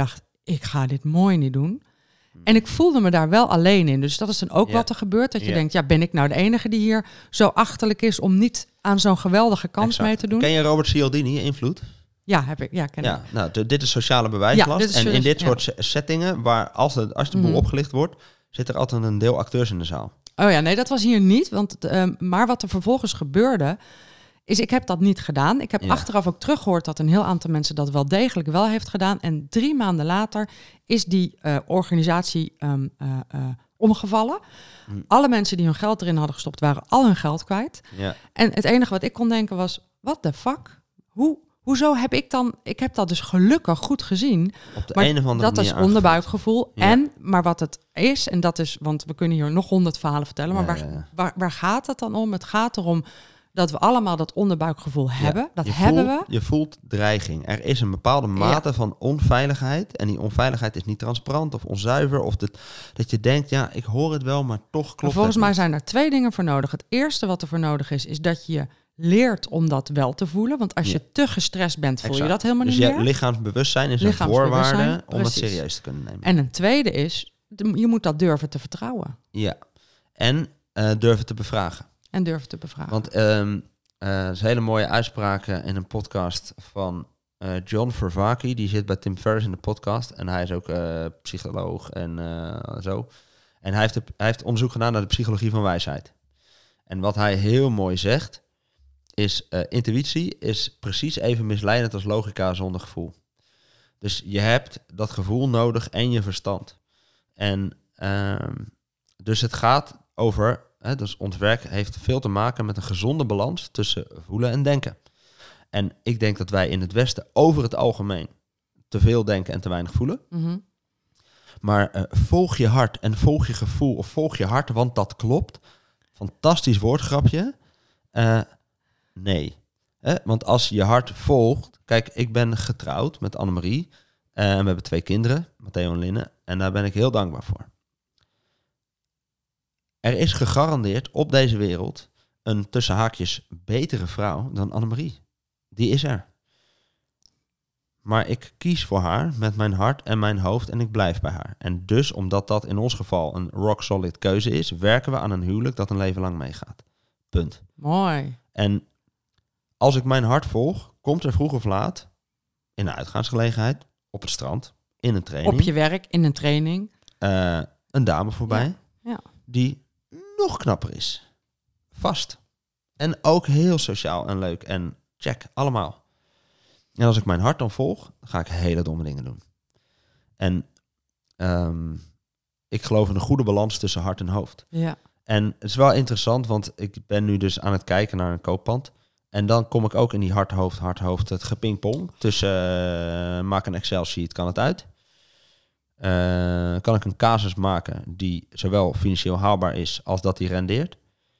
ik ga dit mooi niet doen. En ik voelde me daar wel alleen in. Dus dat is dan ook wat er gebeurt. Dat je denkt, ja, ben ik nou de enige die hier zo achterlijk is om niet aan zo'n geweldige kans mee te doen? Ken je Robert Cialdini, Invloed? Ja, heb ik. Ja, ken ik. Nou, dit is sociale bewijslast. Ja, en in dit soort settingen, waar als de boel opgelicht wordt, zit er altijd een deel acteurs in de zaal. Oh ja, nee, dat was hier niet. Maar wat er vervolgens gebeurde, is ik heb dat niet gedaan. Ik heb achteraf ook teruggehoord dat een heel aantal mensen dat wel degelijk wel heeft gedaan. En 3 maanden later is die organisatie omgevallen. Alle mensen die hun geld erin hadden gestopt, waren al hun geld kwijt. Ja. En het enige wat ik kon denken was, what the fuck? Hoezo heb ik dan... Ik heb dat dus gelukkig goed gezien. Op de een of andere dat is onderbuikgevoel. Ja. Maar wat het is, en dat is... Want we kunnen hier nog 100 verhalen vertellen. Maar waar gaat het dan om? Het gaat erom dat we allemaal dat onderbuikgevoel hebben. Dat hebben we. Je voelt dreiging. Er is een bepaalde mate van onveiligheid. En die onveiligheid is niet transparant of onzuiver. Of dat je denkt, ja, ik hoor het wel, maar toch klopt het. Volgens mij zijn er 2 dingen voor nodig. Het eerste wat er voor nodig is dat je leert om dat wel te voelen. Want als je te gestrest bent, voel je dat helemaal niet meer. Dus lichaamsbewustzijn is een voorwaarde om het serieus te kunnen nemen. En een tweede is, je moet dat durven te vertrouwen. Ja, en durven te bevragen. Want er is een hele mooie uitspraak in een podcast van John Vervaeke. Die zit bij Tim Ferriss in de podcast. En hij is ook psycholoog en zo. En hij heeft onderzoek gedaan naar de psychologie van wijsheid. En wat hij heel mooi zegt, is intuïtie is precies even misleidend als logica zonder gevoel. Dus je hebt dat gevoel nodig en je verstand. En dus het gaat over... Dus ons werk heeft veel te maken met een gezonde balans tussen voelen en denken. En ik denk dat wij in het Westen over het algemeen te veel denken en te weinig voelen. Mm-hmm. Maar volg je hart en volg je gevoel of volg je hart, want dat klopt. Fantastisch woordgrapje. Nee. Want als je hart volgt... Kijk, ik ben getrouwd met Annemarie. En we hebben 2 kinderen, Matteo en Linne. En daar ben ik heel dankbaar voor. Er is gegarandeerd op deze wereld een tussen haakjes betere vrouw dan Annemarie. Die is er. Maar ik kies voor haar met mijn hart en mijn hoofd en ik blijf bij haar. En dus, omdat dat in ons geval een rock solid keuze is, werken we aan een huwelijk dat een leven lang meegaat. Punt. Mooi. En als ik mijn hart volg, komt er vroeg of laat in een uitgaansgelegenheid, op het strand, in een training. Op je werk, in een training. Een dame voorbij ja. Die nog knapper is. Vast. En ook heel sociaal en leuk. En check, allemaal. En als ik mijn hart dan volg, dan ga ik hele domme dingen doen. En ik geloof in een goede balans tussen hart en hoofd. Ja. En het is wel interessant, want ik ben nu dus aan het kijken naar een kooppand. En dan kom ik ook in die hart-hoofd, het gepingpong. Tussen maak een Excel-sheet, kan het uit. Kan ik een casus maken die zowel financieel haalbaar is als dat die rendeert.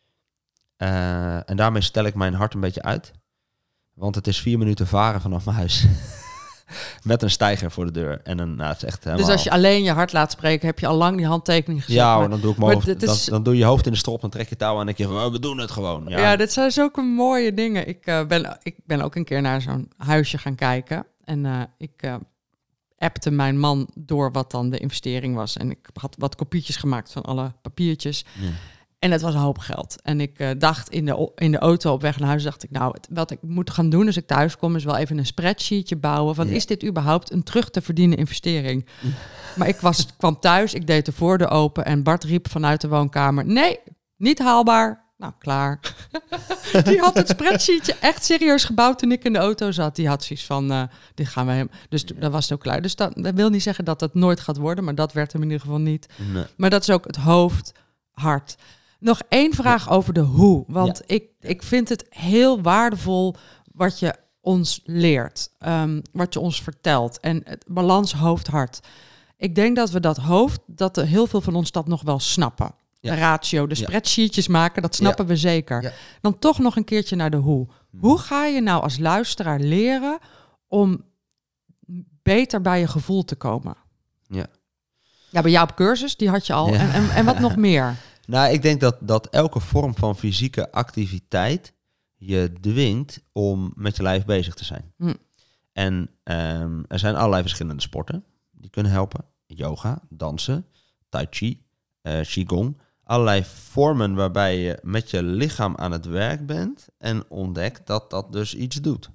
En daarmee stel ik mijn hart een beetje uit. Want het is 4 minuten varen vanaf mijn huis. Met een steiger voor de deur. En het is echt helemaal... Dus als je alleen je hart laat spreken, heb je al lang die handtekening gezet. Ja, maar dan doe ik mijn hoofd, dan doe je hoofd in de strop, dan trek je touw aan en denk je, we doen het gewoon. Ja, dit zijn zulke mooie dingen. Ik ben ook een keer naar zo'n huisje gaan kijken. En ik appte mijn man door wat dan de investering was. En ik had wat kopietjes gemaakt van alle papiertjes. Ja. En het was een hoop geld. En ik dacht in de auto op weg naar huis, dacht ik, nou, wat ik moet gaan doen als ik thuis kom, is wel even een spreadsheetje bouwen van, is dit überhaupt een terug te verdienen investering? Maar ik kwam thuis, ik deed de voordeur open en Bart riep vanuit de woonkamer, nee, niet haalbaar. Nou, klaar. Die had het spreadsheetje echt serieus gebouwd toen ik in de auto zat. Die had zoiets van, dit gaan we hem. Dus dat was het ook klaar. Dus dat wil niet zeggen dat het nooit gaat worden, maar dat werd hem in ieder geval niet. Nee. Maar dat is ook het hoofd, hart. Nog 1 vraag over de hoe. Want ik vind het heel waardevol wat je ons leert. Wat je ons vertelt. En het balans hoofd-hart. Ik denk dat we dat hoofd, dat er heel veel van ons dat nog wel snappen. Ja. De ratio, de spreadsheetjes maken, dat snappen we zeker. Ja. Dan toch nog een keertje naar de hoe. Hoe ga je nou als luisteraar leren om beter bij je gevoel te komen? Ja, bij jou op cursus, die had je al. Ja. En wat nog meer? Nou, ik denk dat elke vorm van fysieke activiteit je dwingt om met je lijf bezig te zijn. En er zijn allerlei verschillende sporten. die kunnen helpen. Yoga, dansen, tai chi, qigong. Allerlei vormen waarbij je met je lichaam aan het werk bent en ontdekt dat dat dus iets doet.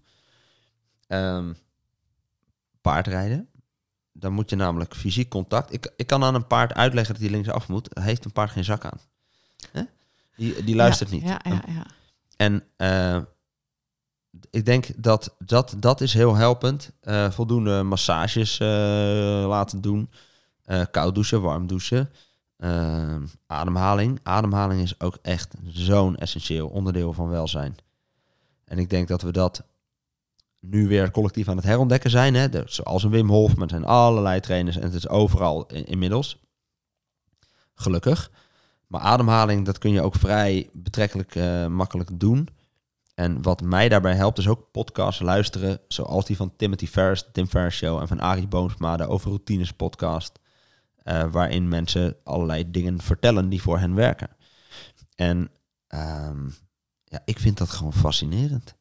Paardrijden. Dan moet je namelijk fysiek contact. Ik kan aan een paard uitleggen dat hij linksaf moet. Heeft een paard geen zak aan. Hè? Die luistert niet. Ja. En ik denk dat is heel helpend. Voldoende massages laten doen. Koud douchen, warm douchen. Ademhaling. Ademhaling is ook echt zo'n essentieel onderdeel van welzijn. En ik denk dat we dat nu weer collectief aan het herontdekken zijn. Hè? Zoals een Wim Hof, maar er zijn allerlei trainers en het is overal inmiddels. Gelukkig. Maar ademhaling, dat kun je ook vrij betrekkelijk makkelijk doen. En wat mij daarbij helpt, is ook podcasts luisteren, zoals die van Tim Ferriss Show en van Arie Boomsma, de Over Routines podcast, waarin mensen allerlei dingen vertellen die voor hen werken. En ik vind dat gewoon fascinerend.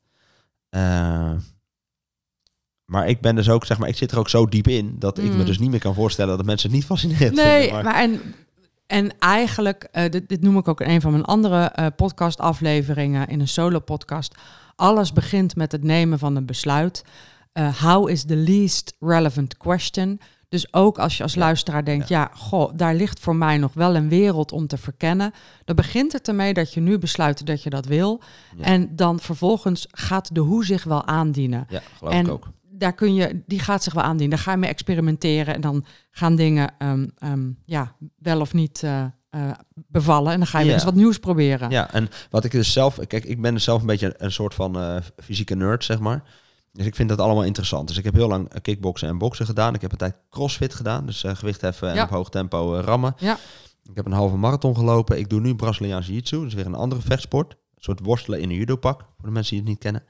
Maar ik ben dus ook, zeg maar, ik zit er ook zo diep in dat ik me dus niet meer kan voorstellen dat mensen het niet fascinerend vinden. Maar en eigenlijk, dit noem ik ook in een van mijn andere podcastafleveringen, in een solo-podcast. Alles begint met het nemen van een besluit. How is the least relevant question? Dus ook als je als luisteraar denkt, daar ligt voor mij nog wel een wereld om te verkennen. Dan begint het ermee dat je nu besluit dat je dat wil. Ja. En dan vervolgens gaat de hoe zich wel aandienen. Ja, geloof ik ook. Die gaat zich wel aandienen. Daar ga je mee experimenteren en dan gaan dingen wel of niet bevallen. En dan ga je weer eens wat nieuws proberen. Ja, en wat ik dus zelf... Kijk, ik ben dus zelf een beetje een soort van fysieke nerd, zeg maar. Dus ik vind dat allemaal interessant. Dus ik heb heel lang kickboksen en boksen gedaan. Ik heb een tijd crossfit gedaan. Dus gewicht heffen en op hoog tempo rammen. Ja. Ik heb een halve marathon gelopen. Ik doe nu Braziliaans jiu-jitsu. Dus weer een andere vechtsport. Een soort worstelen in een judopak. Voor de mensen die het niet kennen.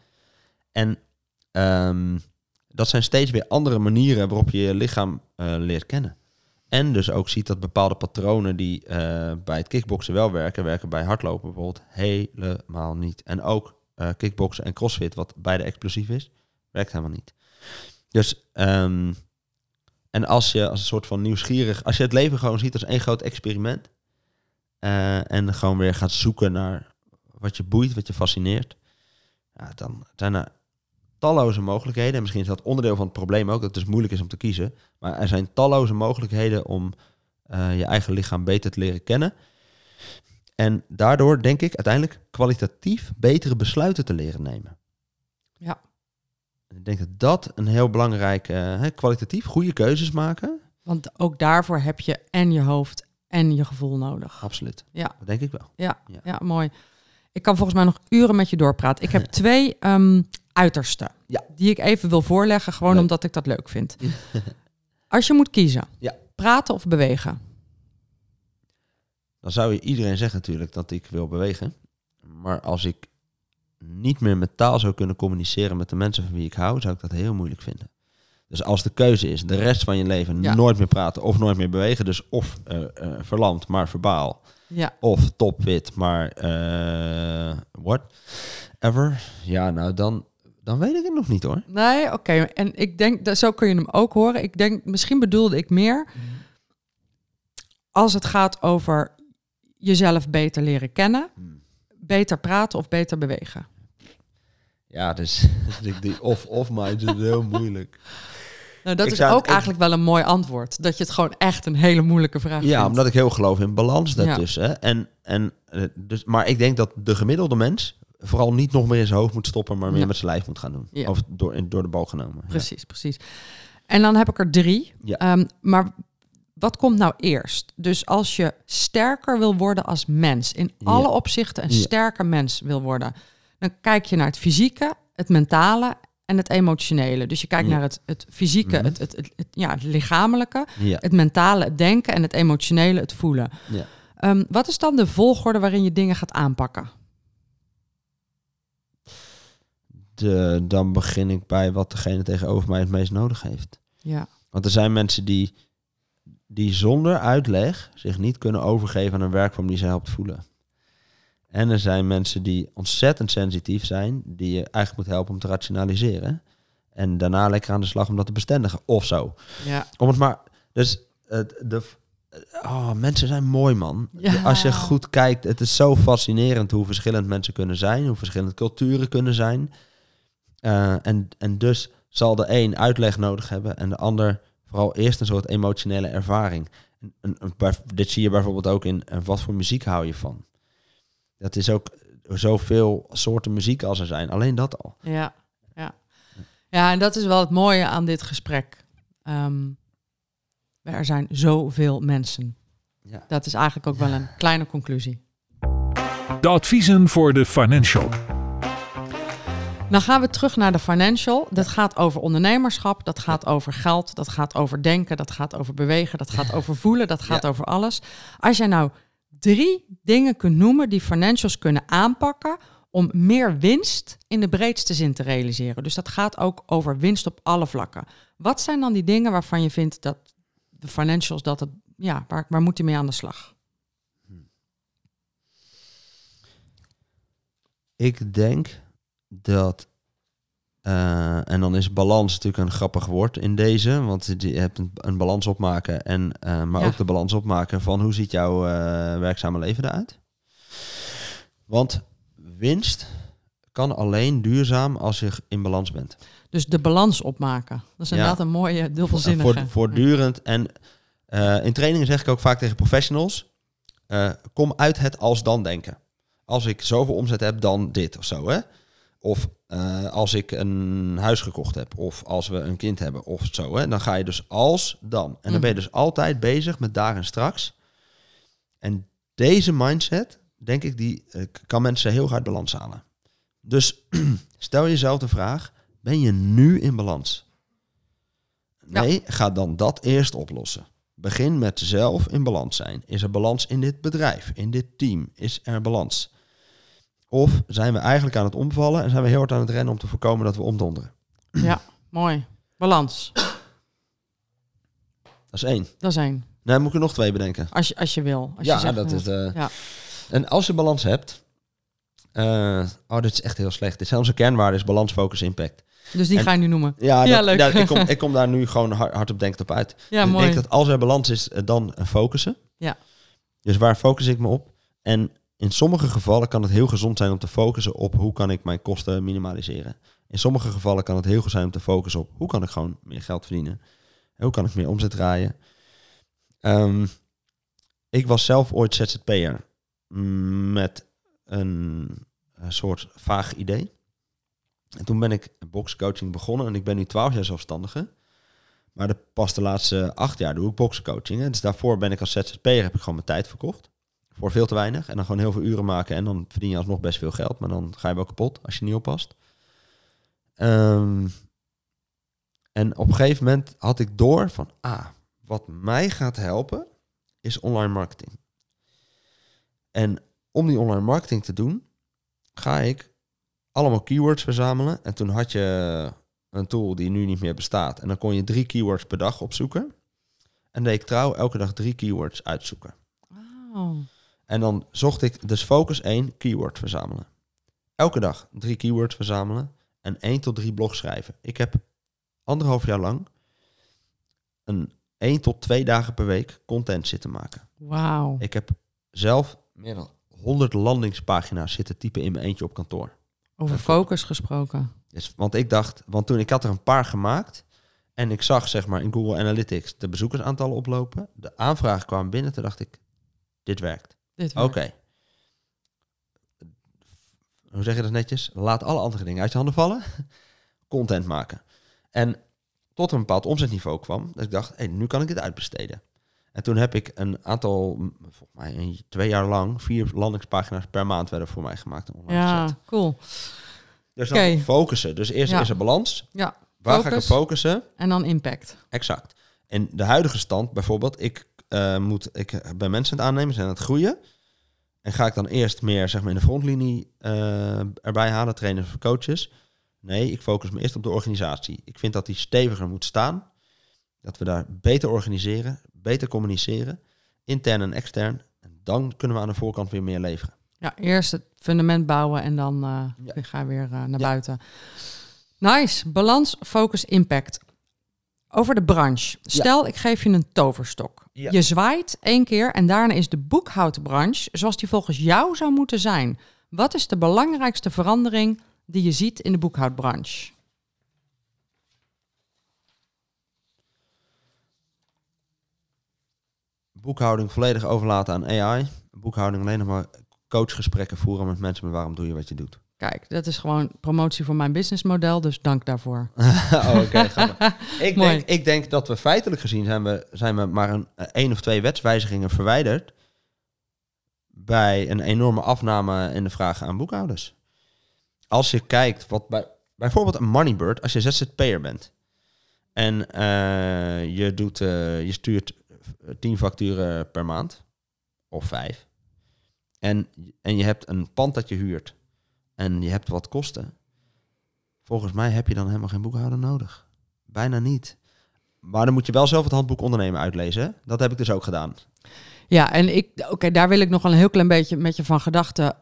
En dat zijn steeds weer andere manieren waarop je je lichaam leert kennen. En dus ook ziet dat bepaalde patronen die bij het kickboksen wel werken bij hardlopen bijvoorbeeld helemaal niet. En ook kickboksen en crossfit, wat beide explosief is, werkt helemaal niet. Dus, en als je als een soort van nieuwsgierig, als je het leven gewoon ziet als één groot experiment, en gewoon weer gaat zoeken naar wat je boeit, wat je fascineert, dan zijn er talloze mogelijkheden. En misschien is dat onderdeel van het probleem ook, dat het dus moeilijk is om te kiezen. Maar er zijn talloze mogelijkheden om je eigen lichaam beter te leren kennen. En daardoor, denk ik, uiteindelijk kwalitatief betere besluiten te leren nemen. Ja. Ik denk dat dat een heel belangrijk, kwalitatief goede keuzes maken. Want ook daarvoor heb je en je hoofd en je gevoel nodig. Absoluut. Ja. Dat denk ik wel. Ja, mooi. Ik kan volgens mij nog uren met je doorpraten. Ik heb 2 uitersten die ik even wil voorleggen, gewoon omdat ik dat leuk vind. Als je moet kiezen, praten of bewegen? Dan zou je iedereen zeggen natuurlijk dat ik wil bewegen. Maar als ik niet meer met taal zou kunnen communiceren met de mensen van wie ik hou, zou ik dat heel moeilijk vinden. Dus als de keuze is de rest van je leven nooit meer praten of nooit meer bewegen, dus of verlamd, maar verbaal. Ja. Of topfit, maar whatever. Ja, nou dan weet ik het nog niet hoor. Nee, oké. En ik denk, zo kun je hem ook horen. Ik denk, misschien bedoelde ik meer als het gaat over jezelf beter leren kennen, beter praten of beter bewegen. Ja, dus die of mind is heel moeilijk. Nou, dat is ook eigenlijk wel een mooi antwoord. Dat je het gewoon echt een hele moeilijke vraag vindt. Ja, omdat ik heel geloof in balans daartussen. Ja. Dus, maar ik denk dat de gemiddelde mens vooral niet nog meer in zijn hoofd moet stoppen, maar meer met zijn lijf moet gaan doen. Ja. Of door de bal genomen. Precies. En dan heb ik er 3. Ja. Maar wat komt nou eerst? Dus als je sterker wil worden als mens, in alle opzichten een sterker mens wil worden, dan kijk je naar het fysieke, het mentale en het emotionele. Dus je kijkt naar het fysieke, het lichamelijke, het mentale, het denken en het emotionele, het voelen. Ja. Wat is dan de volgorde waarin je dingen gaat aanpakken? Dan begin ik bij wat degene tegenover mij het meest nodig heeft. Ja. Want er zijn mensen die zonder uitleg zich niet kunnen overgeven aan een werkvorm die ze helpt voelen. En er zijn mensen die ontzettend sensitief zijn, die je eigenlijk moet helpen om te rationaliseren. En daarna lekker aan de slag om dat te bestendigen. Of zo. Ja. Om het maar... Dus mensen zijn mooi, man. Ja. Als je goed kijkt, het is zo fascinerend hoe verschillend mensen kunnen zijn. Hoe verschillend culturen kunnen zijn. En dus zal de een uitleg nodig hebben en de ander vooral eerst een soort emotionele ervaring. Dit zie je bijvoorbeeld ook in wat voor muziek hou je van. Dat is ook zoveel soorten muziek als er zijn. Alleen dat al. Ja, en dat is wel het mooie aan dit gesprek. Er zijn zoveel mensen. Ja. Dat is eigenlijk ook wel een kleine conclusie. De adviezen voor de financial. Dan gaan we terug naar de financial. Dat gaat over ondernemerschap, dat gaat over geld, dat gaat over denken, dat gaat over bewegen, dat gaat over voelen, dat gaat over alles. Als jij nou 3 dingen kunt noemen die financials kunnen aanpakken om meer winst in de breedste zin te realiseren. Dus dat gaat ook over winst op alle vlakken. Wat zijn dan die dingen waarvan je vindt dat de financials, waar moet die mee aan de slag? Ik denk dat... en dan is balans natuurlijk een grappig woord in deze. Want je hebt een balans opmaken. Maar ook de balans opmaken van hoe ziet jouw werkzame leven eruit. Want winst kan alleen duurzaam als je in balans bent. Dus de balans opmaken. Dat is inderdaad een mooie dubbelzinnige. Voortdurend. En in trainingen zeg ik ook vaak tegen professionals... kom uit het als-dan denken. Als ik zoveel omzet heb, dan dit of zo, hè? Of als ik een huis gekocht heb, of als we een kind hebben, of zo, hè? Dan ga je dus als dan. En dan ben je dus altijd bezig met daar en straks. En deze mindset, denk ik, die kan mensen heel hard balans halen. Dus stel jezelf de vraag, ben je nu in balans? Nee, ga dan dat eerst oplossen. Begin met zelf in balans zijn. Is er balans in dit bedrijf, in dit team? Is er balans? Of zijn we eigenlijk aan het omvallen en zijn we heel hard aan het rennen om te voorkomen dat we omdonderen? Ja, mooi. Balans. Dat is 1. Dat is 1. Nee, moet ik er nog 2 bedenken. Als je wil. Als ja, je zegt, dat is... En als je balans hebt... dit is echt heel slecht. Dit zijn onze kernwaarden, is balans, focus, impact. Dus die ga je nu noemen. Ja, leuk. Ik kom daar nu gewoon hard op denkend op uit. Ja, dus mooi. ik denk dat als er balans is, dan focussen. Ja. Dus waar focus ik me op? En in sommige gevallen kan het heel gezond zijn om te focussen op hoe kan ik mijn kosten minimaliseren. In sommige gevallen kan het heel goed zijn om te focussen op hoe kan ik gewoon meer geld verdienen. En hoe kan ik meer omzet draaien. Ik was zelf ooit ZZP'er met een soort vaag idee. En toen ben ik boxcoaching begonnen en ik ben nu 12 jaar zelfstandige. Maar pas de laatste 8 jaar doe ik boxcoaching. Dus daarvoor ben ik als ZZP'er, heb ik gewoon mijn tijd verkocht. Voor veel te weinig. En dan gewoon heel veel uren maken en dan verdien je alsnog best veel geld. Maar dan ga je wel kapot als je niet oppast. En op een gegeven moment had ik door van... wat mij gaat helpen is online marketing. En om die online marketing te doen, ga ik allemaal keywords verzamelen. En toen had je een tool die nu niet meer bestaat. En dan kon je 3 keywords per dag opzoeken. En deed ik trouw elke dag 3 keywords uitzoeken. Oh. En dan zocht ik dus focus 1, keyword verzamelen. Elke dag 3 keywords verzamelen en 1 tot 3 blogs schrijven. Ik heb 1,5 jaar lang 1 tot 2 dagen per week content zitten maken. Wauw. Ik heb zelf meer dan 100 landingspagina's zitten typen in mijn eentje op kantoor. Over focus gesproken. Dus, want toen ik had er een paar gemaakt en ik zag zeg maar in Google Analytics de bezoekersaantallen oplopen. De aanvragen kwamen binnen, toen dacht ik, dit werkt. Oké. Hoe zeg je dat netjes? Laat alle andere dingen uit je handen vallen. Content maken. En tot een bepaald omzetniveau kwam, dat ik dacht, nu kan ik dit uitbesteden. En toen heb ik een aantal, volgens mij 2 jaar lang, 4 landingspagina's per maand werden voor mij gemaakt. Ja, cool. Dus dan focussen. Dus eerst is er balans. Ja. Waar ga ik op focussen? En dan impact. Exact. En de huidige stand, bijvoorbeeld, ik ben mensen aan het aannemen, zijn aan het groeien. En ga ik dan eerst meer zeg maar in de frontlinie erbij halen, trainers of coaches? Nee, ik focus me eerst op de organisatie. Ik vind dat die steviger moet staan. Dat we daar beter organiseren, beter communiceren, intern en extern. En dan kunnen we aan de voorkant weer meer leveren. Ja, eerst het fundament bouwen en dan ga je weer naar buiten. Nice. Balans, focus, impact. Over de branche. Stel, ik geef je een toverstok. Ja. Je zwaait 1 keer en daarna is de boekhoudbranche zoals die volgens jou zou moeten zijn. Wat is de belangrijkste verandering die je ziet in de boekhoudbranche? Boekhouding volledig overlaten aan AI. Boekhouding alleen nog maar coachgesprekken voeren met mensen met waarom doe je wat je doet. Kijk, dat is gewoon promotie voor mijn businessmodel, dus dank daarvoor. Oké, grappig. Ik denk dat we feitelijk gezien zijn we maar 1 of 2 wetswijzigingen verwijderd bij een enorme afname in de vraag aan boekhouders. Als je kijkt wat bijvoorbeeld een Moneybird, als je ZZP'er bent en je stuurt 10 facturen per maand of 5 en je hebt een pand dat je huurt en je hebt wat kosten. Volgens mij heb je dan helemaal geen boekhouder nodig. Bijna niet. Maar dan moet je wel zelf het handboek ondernemen uitlezen. Hè? Dat heb ik dus ook gedaan. Ja, en daar wil ik nog een heel klein beetje met je van gedachten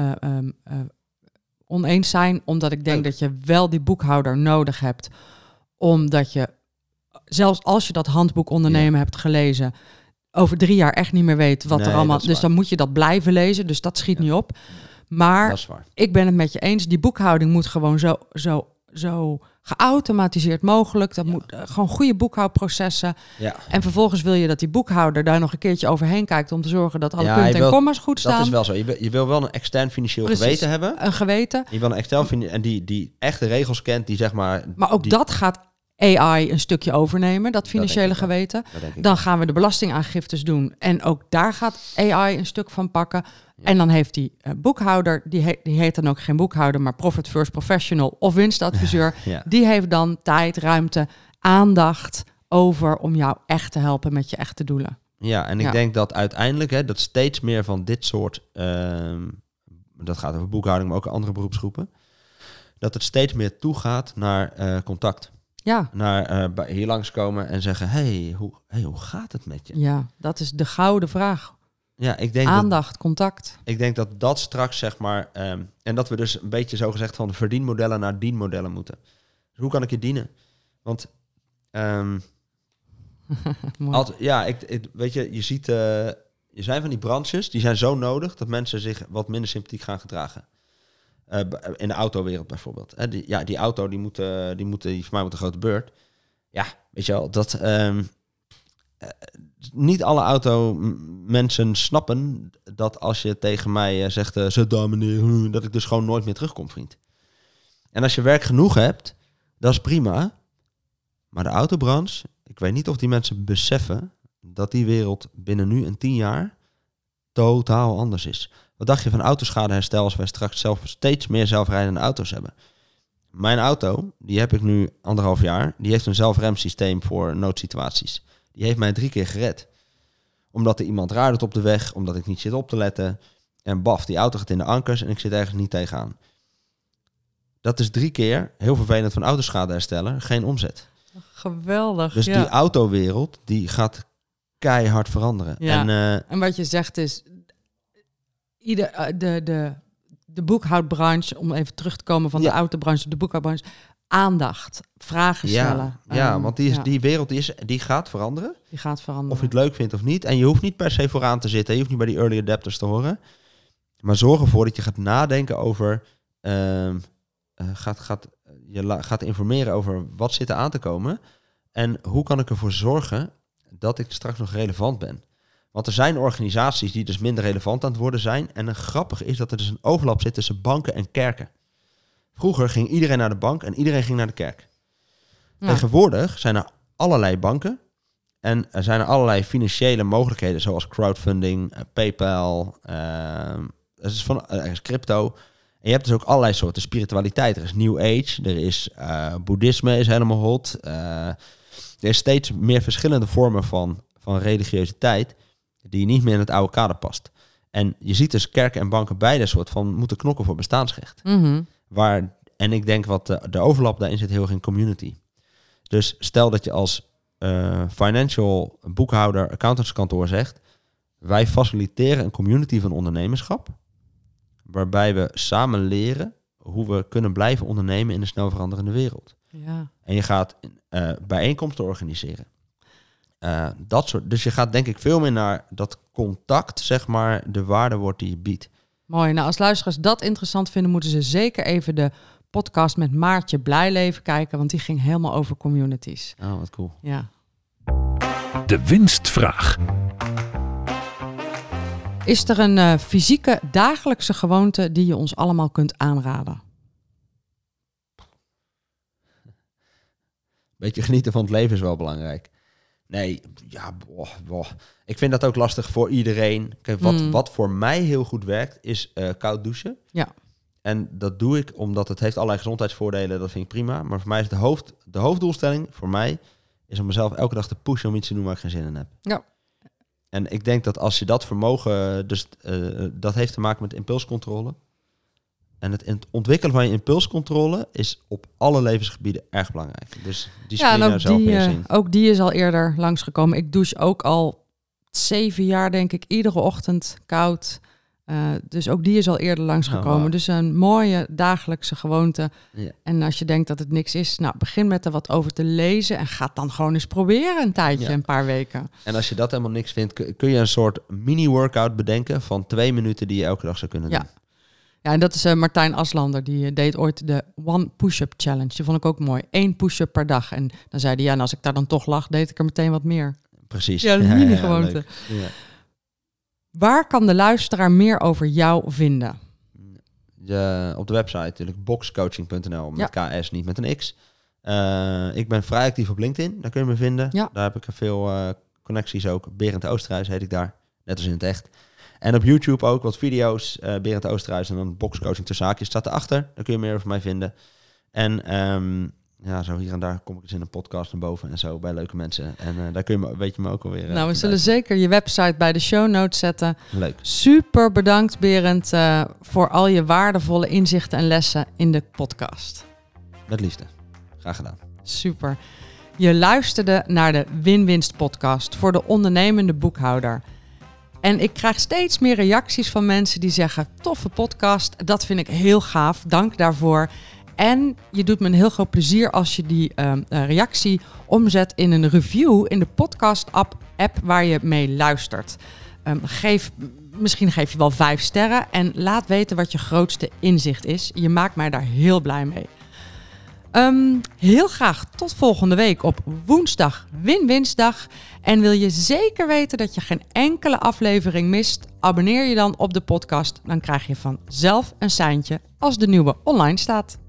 oneens zijn. Omdat ik denk dat je wel die boekhouder nodig hebt. Omdat je, zelfs als je dat handboek ondernemen hebt gelezen, over 3 jaar echt niet meer weet wat er allemaal. Dus dan moet je dat blijven lezen. Dus dat schiet niet op. Maar ik ben het met je eens. Die boekhouding moet gewoon zo geautomatiseerd mogelijk. Dat moet gewoon goede boekhoudprocessen. Ja. En vervolgens wil je dat die boekhouder daar nog een keertje overheen kijkt om te zorgen dat alle punten en komma's goed staan. Dat is wel zo. Je wil wel een extern financieel geweten hebben. Een geweten. Je wil een extern en die echte regels kent, die zeg maar. Maar ook dat gaat AI een stukje overnemen, dat financiële geweten. Dan gaan we de belastingaangiftes doen. En ook daar gaat AI een stuk van pakken. Ja. En dan heeft die boekhouder, die heet dan ook geen boekhouder, maar Profit First Professional of winstadviseur. Ja. Die heeft dan tijd, ruimte, aandacht over om jou echt te helpen met je echte doelen. Ja, en ik denk dat uiteindelijk dat steeds meer van dit soort, dat gaat over boekhouding, maar ook andere beroepsgroepen, dat het steeds meer toegaat naar contact. Ja. Naar hier langskomen en zeggen, hey, hoe gaat het met je? Ja, dat is de gouden vraag. Ja, ik denk aandacht, contact. Ik denk dat straks, zeg maar, en dat we dus een beetje zogezegd van verdienmodellen naar dienmodellen moeten. Dus hoe kan ik je dienen? Want, weet je ziet, je zijn van die branches, die zijn zo nodig dat mensen zich wat minder sympathiek gaan gedragen. In de autowereld bijvoorbeeld. Die auto, die moet voor mij moet een grote beurt. Ja, weet je wel, dat niet alle automensen snappen dat als je tegen mij zegt, zet daar meneer, dat ik dus gewoon nooit meer terugkom, vriend. En als je werk genoeg hebt, dat is prima. Maar de autobranche, ik weet niet of die mensen beseffen dat die wereld binnen nu en 10 jaar totaal anders is. Wat dacht je van autoschadeherstel als wij straks zelf steeds meer zelfrijdende auto's hebben? Mijn auto, die heb ik nu 1,5 jaar, die heeft een zelfremsysteem voor noodsituaties. Die heeft mij 3 keer gered. Omdat er iemand raar doet op de weg, omdat ik niet zit op te letten. En baf, die auto gaat in de ankers en ik zit ergens niet tegenaan. Dat is 3 keer, heel vervelend van autoschadehersteller, geen omzet. Geweldig, dus die autowereld, die gaat keihard veranderen. Ja. En wat je zegt is, de boekhoudbranche, om even terug te komen van de autobranche, de boekhoudbranche, aandacht, vragen stellen. Ja, want die wereld die gaat veranderen. Die gaat veranderen. Of je het leuk vindt of niet. En je hoeft niet per se vooraan te zitten. Je hoeft niet bij die early adapters te horen. Maar zorg ervoor dat je gaat nadenken over, gaat informeren over wat zit er aan te komen. En hoe kan ik ervoor zorgen dat ik straks nog relevant ben. Want er zijn organisaties die dus minder relevant aan het worden zijn. En het grappige is dat er dus een overlap zit tussen banken en kerken. Vroeger ging iedereen naar de bank en iedereen ging naar de kerk. Ja. Tegenwoordig zijn er allerlei banken. En er zijn er allerlei financiële mogelijkheden, zoals crowdfunding, PayPal, er is crypto. En je hebt dus ook allerlei soorten spiritualiteit. Er is New Age, er is boeddhisme is helemaal hot. Er is steeds meer verschillende vormen van religiositeit die niet meer in het oude kader past. En je ziet dus kerken en banken beide soort van moeten knokken voor bestaansrecht. Mm-hmm. En ik denk wat de overlap daarin zit heel erg in community. Dus stel dat je als financial boekhouder, accountantskantoor zegt, wij faciliteren een community van ondernemerschap, waarbij we samen leren hoe we kunnen blijven ondernemen in de snel veranderende wereld. Ja. En je gaat bijeenkomsten organiseren. Dus je gaat denk ik veel meer naar dat contact, zeg maar, de waarde wordt die je biedt. Mooi. Nou, als luisteraars dat interessant vinden, moeten ze zeker even de podcast met Maartje Blijleven kijken, want die ging helemaal over communities. Oh, wat cool. Ja. De winstvraag. Is er een fysieke dagelijkse gewoonte die je ons allemaal kunt aanraden? Beetje genieten van het leven is wel belangrijk. Nee, ja, ik vind dat ook lastig voor iedereen. Kijk, wat voor mij heel goed werkt, is koud douchen. Ja. En dat doe ik omdat het heeft allerlei gezondheidsvoordelen. Dat vind ik prima. Maar voor mij is de hoofddoelstelling voor mij is om mezelf elke dag te pushen om iets te doen waar ik geen zin in heb. Ja. En ik denk dat als je dat vermogen, dat heeft te maken met impulscontrole. En het ontwikkelen van je impulscontrole is op alle levensgebieden erg belangrijk. Dus ook die is al eerder langsgekomen. Ik douche ook al 7 jaar, denk ik, iedere ochtend koud. Dus ook die is al eerder langsgekomen. Oh, wow. Dus een mooie dagelijkse gewoonte. Ja. En als je denkt dat het niks is, nou, begin met er wat over te lezen en ga het dan gewoon eens proberen een tijdje, een paar weken. En als je dat helemaal niks vindt, kun je een soort mini-workout bedenken van 2 minuten die je elke dag zou kunnen doen. Ja, en dat is Martijn Aslander. Die deed ooit de One Push-Up Challenge. Die vond ik ook mooi. 1 push-up per dag. En dan zei hij, ja, en als ik daar dan toch lag, deed ik er meteen wat meer. Precies. Ja, dat is mini-gewoonte. Ja. Waar kan de luisteraar meer over jou vinden? Op de website natuurlijk boxcoaching.nl met KS, niet met een X. Ik ben vrij actief op LinkedIn, daar kun je me vinden. Ja. Daar heb ik veel connecties ook. Berend Oosterhuis heet ik daar, net als in het echt. En op YouTube ook wat video's, Berend Oosterhuis en dan boxcoaching tussen haakjes staat erachter. Daar kun je meer over mij vinden. En zo hier en daar kom ik eens in een podcast naar boven en zo bij leuke mensen. En daar weet je me ook alweer. Nou, we zullen zeker je website bij de show notes zetten. Leuk. Super bedankt, Berend, voor al je waardevolle inzichten en lessen in de podcast. Met liefde. Graag gedaan. Super. Je luisterde naar de Win-Winst podcast voor de ondernemende boekhouder. En ik krijg steeds meer reacties van mensen die zeggen, toffe podcast, dat vind ik heel gaaf, dank daarvoor. En je doet me een heel groot plezier als je die reactie omzet in een review in de podcast-app waar je mee luistert. Misschien geef je wel 5 sterren en laat weten wat je grootste inzicht is. Je maakt mij daar heel blij mee. Heel graag tot volgende week op woensdag, Win-Winstdag. En wil je zeker weten dat je geen enkele aflevering mist? Abonneer je dan op de podcast. Dan krijg je vanzelf een seintje als de nieuwe online staat.